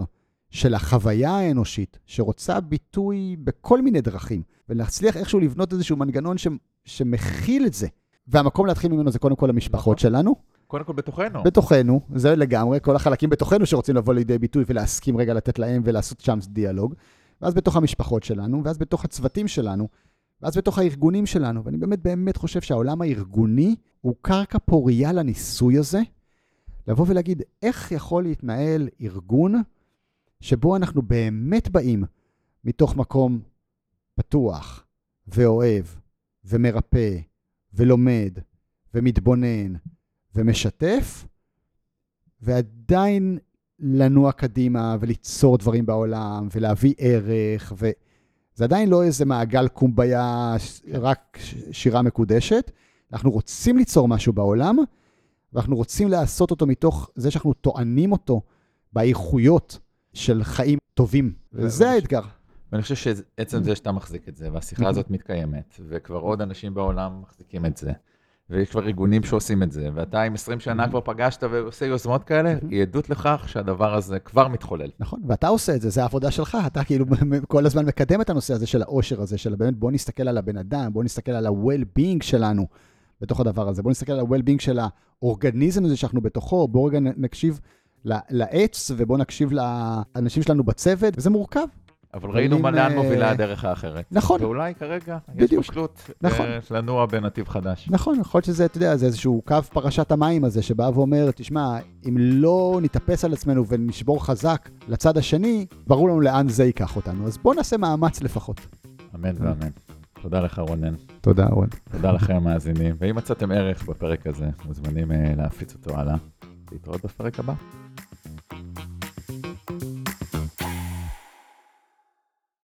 של החוויה האנושית, שרוצה ביטוי בכל מיני דרכים, ולהצליח איכשהו לבנות איזשהו מנגנון שמכיל את זה. והמקום להתחיל ממנו זה קודם כל המשפחות שלנו. קודם כל בתוכנו. בתוכנו, זה לגמרי, כל החלקים בתוכנו שרוצים לבוא לידי ביטוי ולהסכים רגע לתת להם ולעשות שם דיאלוג. ואז בתוך המשפחות שלנו, ואז בתוך הצוותים שלנו, ואז בתוך הארגונים שלנו. ואני באמת חושב שהעולם הארגוני הוא קרקע פוריה לניסוי הזה, לבוא ולהגיד איך יכול להתנהל ארגון שבו אנחנו באמת באים מתוך מקום פתוח ואוהב ומרפא ולומד ומתבונן ומשתף, ועדיין לנוע קדימה וליצור דברים בעולם ולהביא ערך, וזה עדיין לא איזה מעגל קומביה, רק שירה מקודשת. אנחנו רוצים ליצור משהו בעולם, ואנחנו רוצים לעשות אותו מתוך זה שאנחנו טוענים אותו באיכויות של חיים טובים. וזה האתגר. ואני חושב שעצם זה שאתה מחזיק את זה, והשיחה הזאת מתקיימת, וכבר עוד אנשים בעולם מחזיקים את זה, ויש כבר ארגונים שעושים את זה, ואתה עם 20 שנה כבר פגשת ועושה יוזמות כאלה, היא עדות לכך שהדבר הזה כבר מתחולל. נכון, ואתה עושה את זה, זה העבודה שלך, אתה כאילו כל הזמן מקדם את הנושא הזה של האושר הזה, של באמת בוא נסתכל על הבן אדם, בוא נסתכל על ה-well-being שלנו בתוך הדבר הזה, בוא נסתכל על ה-well-being של האורגניזם הזה שאנחנו בתוכו, בוא רגע נקשיב לעץ, ובוא נקשיב לאנשים שלנו בצוות, וזה מורכב. אבל ראינו מה לאן מובילה הדרך האחרת. נכון. ואולי כרגע בדיוק. יש פשוט נכון. לנוע בנתיב חדש. נכון, יכול להיות שזה, אתה יודע, זה איזשהו קו פרשת המים הזה, שבא ואומר, תשמע, אם לא נתאפס על עצמנו ונשבור חזק לצד השני, ברור לנו לאן זה ייקח אותנו. אז בוא נעשה מאמץ לפחות. אמן ואמן. תודה לך רונן. תודה רון. תודה לכם המאזינים. ואם מצאתם ערך בפרק הזה, מוזמנים להפיץ אותו הלאה. להתראות בפרק הבא.